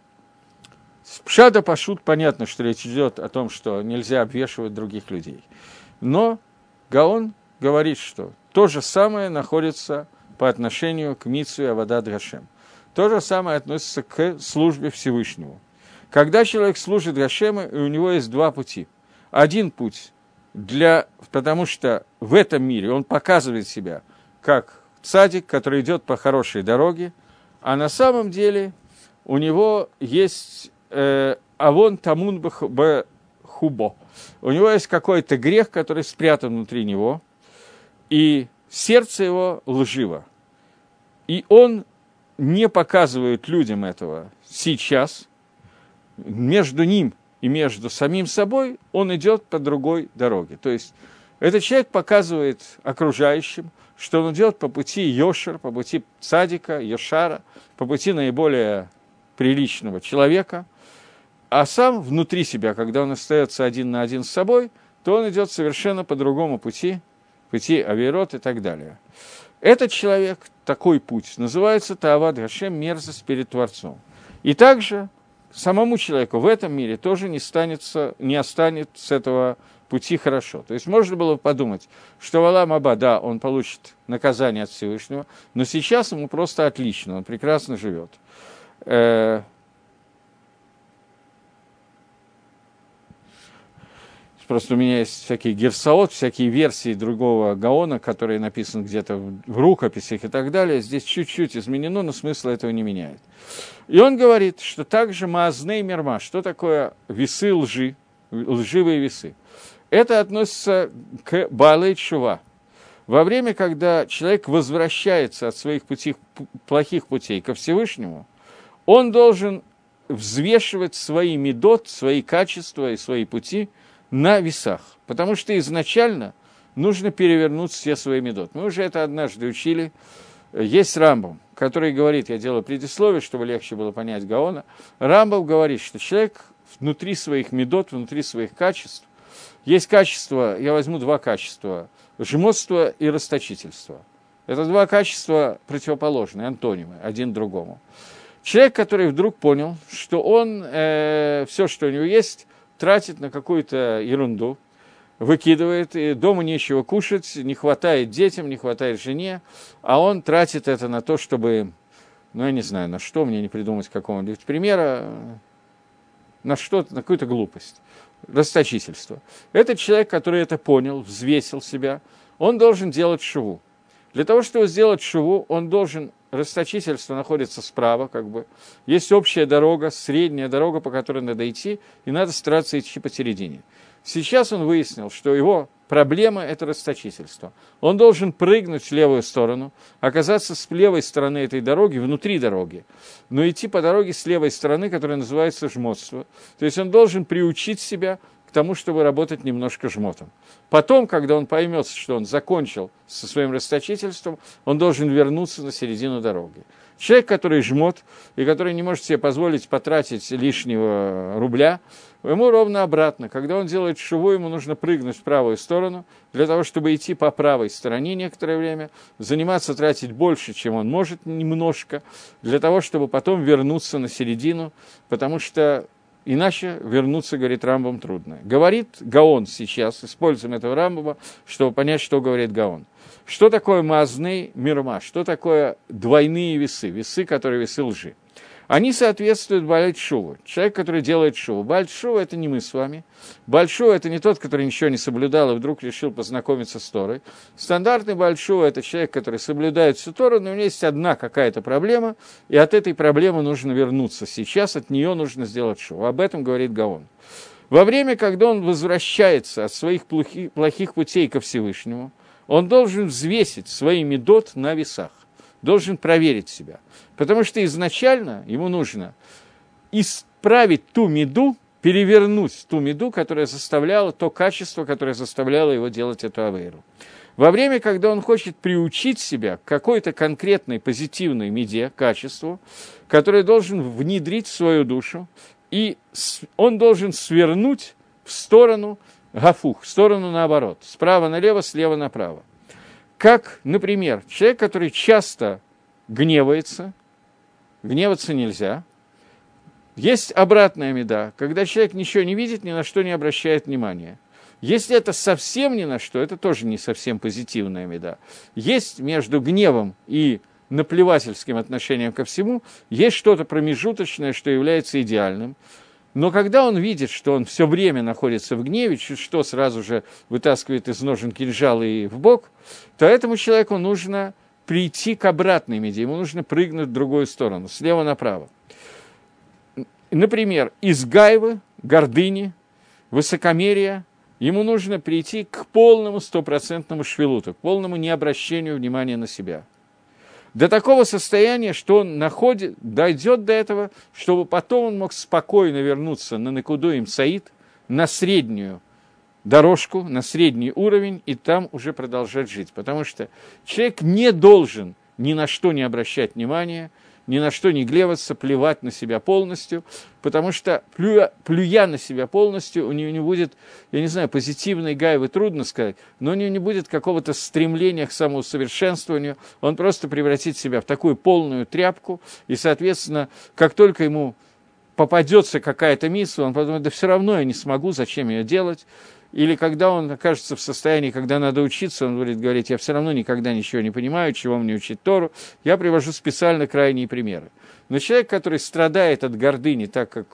С пшата пашут понятно, что речь идет о том, что нельзя обвешивать других людей. Но Гаон говорит, что то же самое находится по отношению к мицве авадат Гашем. То же самое относится к службе Всевышнему. Когда человек служит Гашему, у него есть два пути. Один путь, потому что в этом мире он показывает себя как цадик, который идет по хорошей дороге, а на самом деле у него есть авон тамун б хубо. У него есть какой-то грех, который спрятан внутри него, и сердце его лживо. И он не показывает людям этого сейчас, между ним и между самим собой он идет по другой дороге. То есть этот человек показывает окружающим, что он идет по пути Йошер, по пути цадика, Йошара, по пути наиболее приличного человека, а сам внутри себя, когда он остается один на один с собой, то он идет совершенно по другому пути авейрот и так далее. Этот человек, такой путь, называется таават Гашем, мерзость перед Творцом. И также самому человеку в этом мире тоже не останет с этого пути хорошо. То есть можно было бы подумать, что в Олам Аба, да, он получит наказание от Всевышнего, но сейчас ему просто отлично, он прекрасно живет. Просто у меня есть всякие герсаот, всякие версии другого Гаона, которые написаны где-то в рукописях и так далее. Здесь чуть-чуть изменено, но смысла этого не меняет. И он говорит, что также маазней мерма, что такое весы лжи, лживые весы. Это относится к баалей тшува. Во время, когда человек возвращается от своих плохих путей ко Всевышнему, он должен взвешивать свои медот, свои качества и свои пути на весах, потому что изначально нужно перевернуть все свои медот. Мы уже это однажды учили. Есть Рамбам, который говорит, я делаю предисловие, чтобы легче было понять Гаона. Рамбам говорит, что человек внутри своих медот, внутри своих качеств, есть качество, я возьму два качества, жмотство и расточительство. Это два качества противоположные, антонимы, один другому. Человек, который вдруг понял, что он все, что у него есть, тратит на какую-то ерунду, выкидывает, и дома нечего кушать, не хватает детям, не хватает жене, а он тратит это на то, чтобы, я не знаю, на что, мне не придумать какого-нибудь примера, на что-то, на какую-то глупость, расточительство. Этот человек, который это понял, взвесил себя, он должен делать шуву. Для того, чтобы сделать шуву, он должен... Расточительство находится справа, есть общая дорога, средняя дорога, по которой надо идти, и надо стараться идти посередине. Сейчас он выяснил, что его проблема – это расточительство. Он должен прыгнуть в левую сторону, оказаться с левой стороны этой дороги, внутри дороги, но идти по дороге с левой стороны, которая называется жмотство. То есть он должен приучить себя к тому, чтобы работать немножко жмотом. Потом, когда он поймет, что он закончил со своим расточительством, он должен вернуться на середину дороги. Человек, который жмот, и который не может себе позволить потратить лишнего рубля, ему ровно обратно. Когда он делает шуву, ему нужно прыгнуть в правую сторону, для того, чтобы идти по правой стороне некоторое время, заниматься, тратить больше, чем он может, немножко, для того, чтобы потом вернуться на середину, потому что иначе вернуться, говорит Рамбам, трудно. Говорит Гаон сейчас, используем этого Рамбама, чтобы понять, что говорит Гаон. Что такое маазный мирма? Что такое двойные весы? Весы, которые весы лжи. Они соответствуют Бааль Тшуву. Человек, который делает шуву. Бааль Тшува – это не мы с вами. Бааль Тшува – это не тот, который ничего не соблюдал и вдруг решил познакомиться с Торой. Стандартный Бааль Тшува – это человек, который соблюдает всю Тору, но у него есть одна какая-то проблема, и от этой проблемы нужно вернуться. Сейчас от нее нужно сделать шуву. Об этом говорит Гаон. Во время, когда он возвращается от своих плохих путей ко Всевышнему, он должен взвесить свои медот на весах, должен проверить себя. Потому что изначально ему нужно исправить ту меду, перевернуть ту меду, которая заставляла, то качество, которое заставляло его делать эту авейру. Во время, когда он хочет приучить себя к какой-то конкретной позитивной меде, качеству, которое должен внедрить в свою душу, и он должен свернуть в сторону гафух, в сторону наоборот, справа налево, слева направо. Как, например, человек, который часто гневается, гневаться нельзя. Есть обратная меда, когда человек ничего не видит, ни на что не обращает внимания. Если это совсем ни на что, это тоже не совсем позитивная меда. Есть между гневом и наплевательским отношением ко всему, есть что-то промежуточное, что является идеальным. Но когда он видит, что он все время находится в гневе, чуть что сразу же вытаскивает из ножен кинжал и в бок, то этому человеку нужно прийти к обратной меде, ему нужно прыгнуть в другую сторону, слева направо. Например, из гайвы, гордыни, высокомерия, ему нужно прийти к полному стопроцентному швилуту, к полному необращению внимания на себя. До такого состояния, что он дойдет до этого, чтобы потом он мог спокойно вернуться на Некуду им Саид, на среднюю дорожку, на средний уровень, и там уже продолжать жить. Потому что человек не должен ни на что не обращать внимания, ни на что не гневаться, плевать на себя полностью, потому что, плюя на себя полностью, у него не будет, я не знаю, позитивной гайвы, трудно сказать, но у него не будет какого-то стремления к самоусовершенствованию, он просто превратит себя в такую полную тряпку, и, соответственно, как только ему попадется какая-то миссия, он подумает, да все равно я не смогу, зачем ее делать. Или когда он окажется в состоянии, когда надо учиться, он будет говорить, я все равно никогда ничего не понимаю, чего мне учить Тору. Я привожу специально крайние примеры. Но человек, который страдает от гордыни, так как,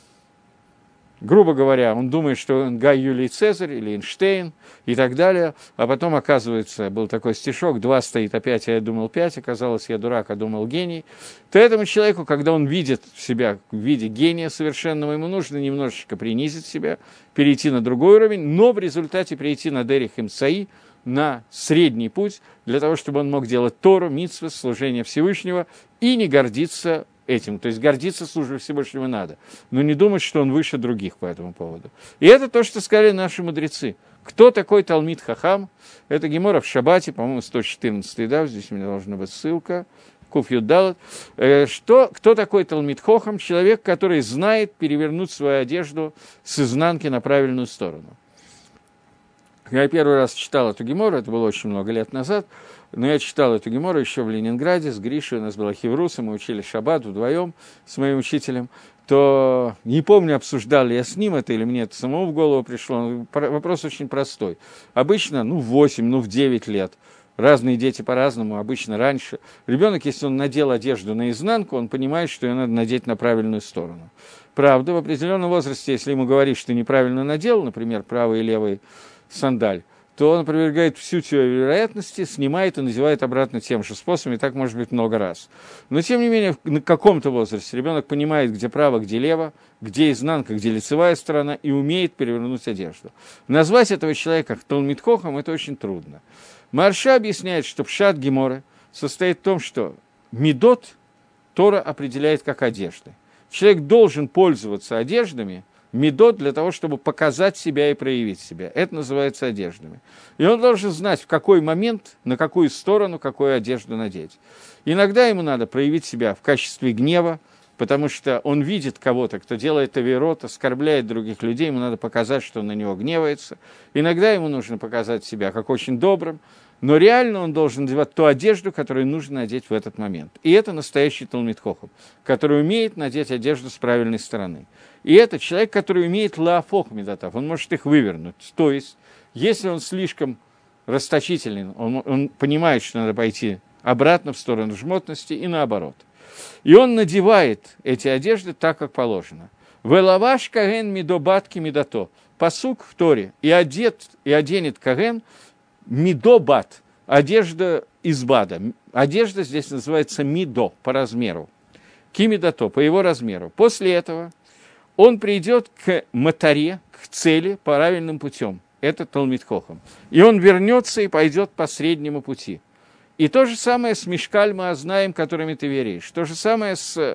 грубо говоря, он думает, что он Гай Юлий Цезарь или Эйнштейн и так далее, а потом, оказывается, был такой стишок, 2 стоит, опять я думал 5, оказалось, я дурак, а думал гений, то этому человеку, когда он видит себя в виде гения совершенного, ему нужно немножечко принизить себя, перейти на другой уровень, но в результате перейти на Дерих Имцаи, на средний путь, для того, чтобы он мог делать Тору, мицвы, служение Всевышнего и не гордиться этим. То есть гордиться службой Всевышнего надо, но не думать, что он выше других по этому поводу. И это то, что сказали наши мудрецы. Кто такой Талмид Хахам? Это Гемора в Шаббате, по-моему, 114, да, здесь у меня должна быть ссылка. Куф Юддалат. Кто такой Талмид Хохам? Человек, который знает перевернуть свою одежду с изнанки на правильную сторону. Я первый раз читал эту Гемору, это было очень много лет назад, но я читал эту Гемору еще в Ленинграде с Гришей, у нас была хевруса, мы учили шаббат вдвоем с моим учителем, то не помню, обсуждал ли я с ним это или мне это самому в голову пришло. Вопрос очень простой. Обычно, в 8, в 9 лет, разные дети по-разному, обычно раньше. Ребенок, если он надел одежду наизнанку, он понимает, что ее надо надеть на правильную сторону. Правда, в определенном возрасте, если ему говорить, что неправильно надел, например, правый и левый сандаль, то он опровергает всю теорию вероятности, снимает и надевает обратно тем же способом, и так может быть много раз. Но, тем не менее, на каком-то возрасте ребенок понимает, где право, где лево, где изнанка, где лицевая сторона, и умеет перевернуть одежду. Назвать этого человека Талмид Хохам – это очень трудно. Марша объясняет, что пшат Геморы состоит в том, что медот Тора определяет как одежды. Человек должен пользоваться одеждами медот для того, чтобы показать себя и проявить себя. Это называется одеждами. И он должен знать, в какой момент, на какую сторону, какую одежду надеть. Иногда ему надо проявить себя в качестве гнева, потому что он видит кого-то, кто делает авейрот, оскорбляет других людей, ему надо показать, что он на него гневается. Иногда ему нужно показать себя как очень добрым, но реально он должен надевать ту одежду, которую нужно надеть в этот момент. И это настоящий Талмид Хохам, который умеет надеть одежду с правильной стороны. И это человек, который умеет лаафох медотав, он может их вывернуть. То есть, если он слишком расточительный, он понимает, что надо пойти обратно в сторону жмотности и наоборот. И он надевает эти одежды так, как положено. «Велаваш каген мидобатки мидото». Пасук в Торе. И оденет каген мидобат. Одежда из бада. Одежда здесь называется мидо, по размеру. Кимидото, по его размеру. После этого он придет к матаре, к цели правильным путем. Это Талмид Хохам. И он вернется и пойдет по среднему пути. И то же самое с мишкаль маазнаим, которыми ты веришь. То же самое с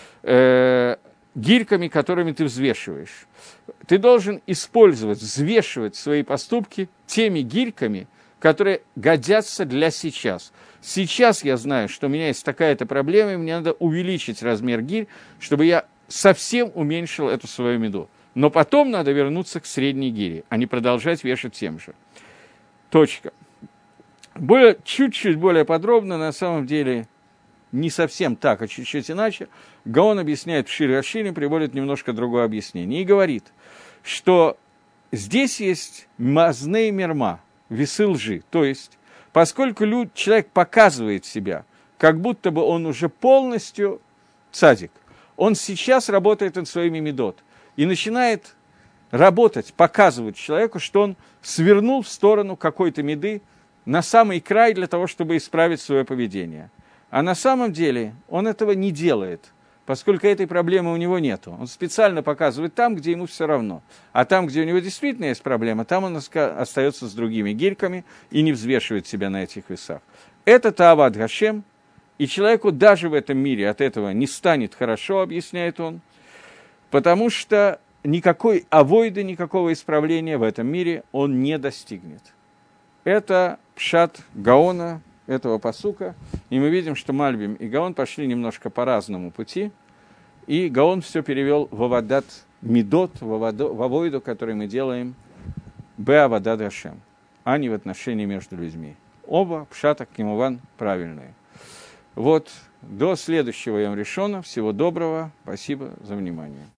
гирьками, которыми ты взвешиваешь. Ты должен использовать, взвешивать свои поступки теми гирьками, которые годятся для сейчас. Сейчас я знаю, что у меня есть такая-то проблема, и мне надо увеличить размер гирь, чтобы я совсем уменьшил эту свою меду. Но потом надо вернуться к средней гире, а не продолжать вешать тем же. Точка. Чуть-чуть более подробно, на самом деле, не совсем так, а чуть-чуть иначе, Гаон объясняет в Шире Ашире, приводит немножко другое объяснение, и говорит, что здесь есть мазней мерма, весы лжи, то есть, поскольку человек показывает себя, как будто бы он уже полностью цадик, он сейчас работает над своими медот и начинает работать, показывать человеку, что он свернул в сторону какой-то меды, на самый край для того, чтобы исправить свое поведение. А на самом деле он этого не делает, поскольку этой проблемы у него нет. Он специально показывает там, где ему все равно. А там, где у него действительно есть проблема, там он остается с другими гирьками и не взвешивает себя на этих весах. Это таават Гашем, и человеку даже в этом мире от этого не станет хорошо, объясняет он, потому что никакой авойды, никакого исправления в этом мире он не достигнет. Это пшат Гаона, этого пасука, и мы видим, что Мальбим и Гаон пошли немножко по разному пути, и Гаон все перевел в авадат мидот, в авойду, который мы делаем, бе авадат Гашем, а не в отношении между людьми. Оба пшата кимуван правильные. Вот, до следующего Йом Ришона. Всего доброго. Спасибо за внимание.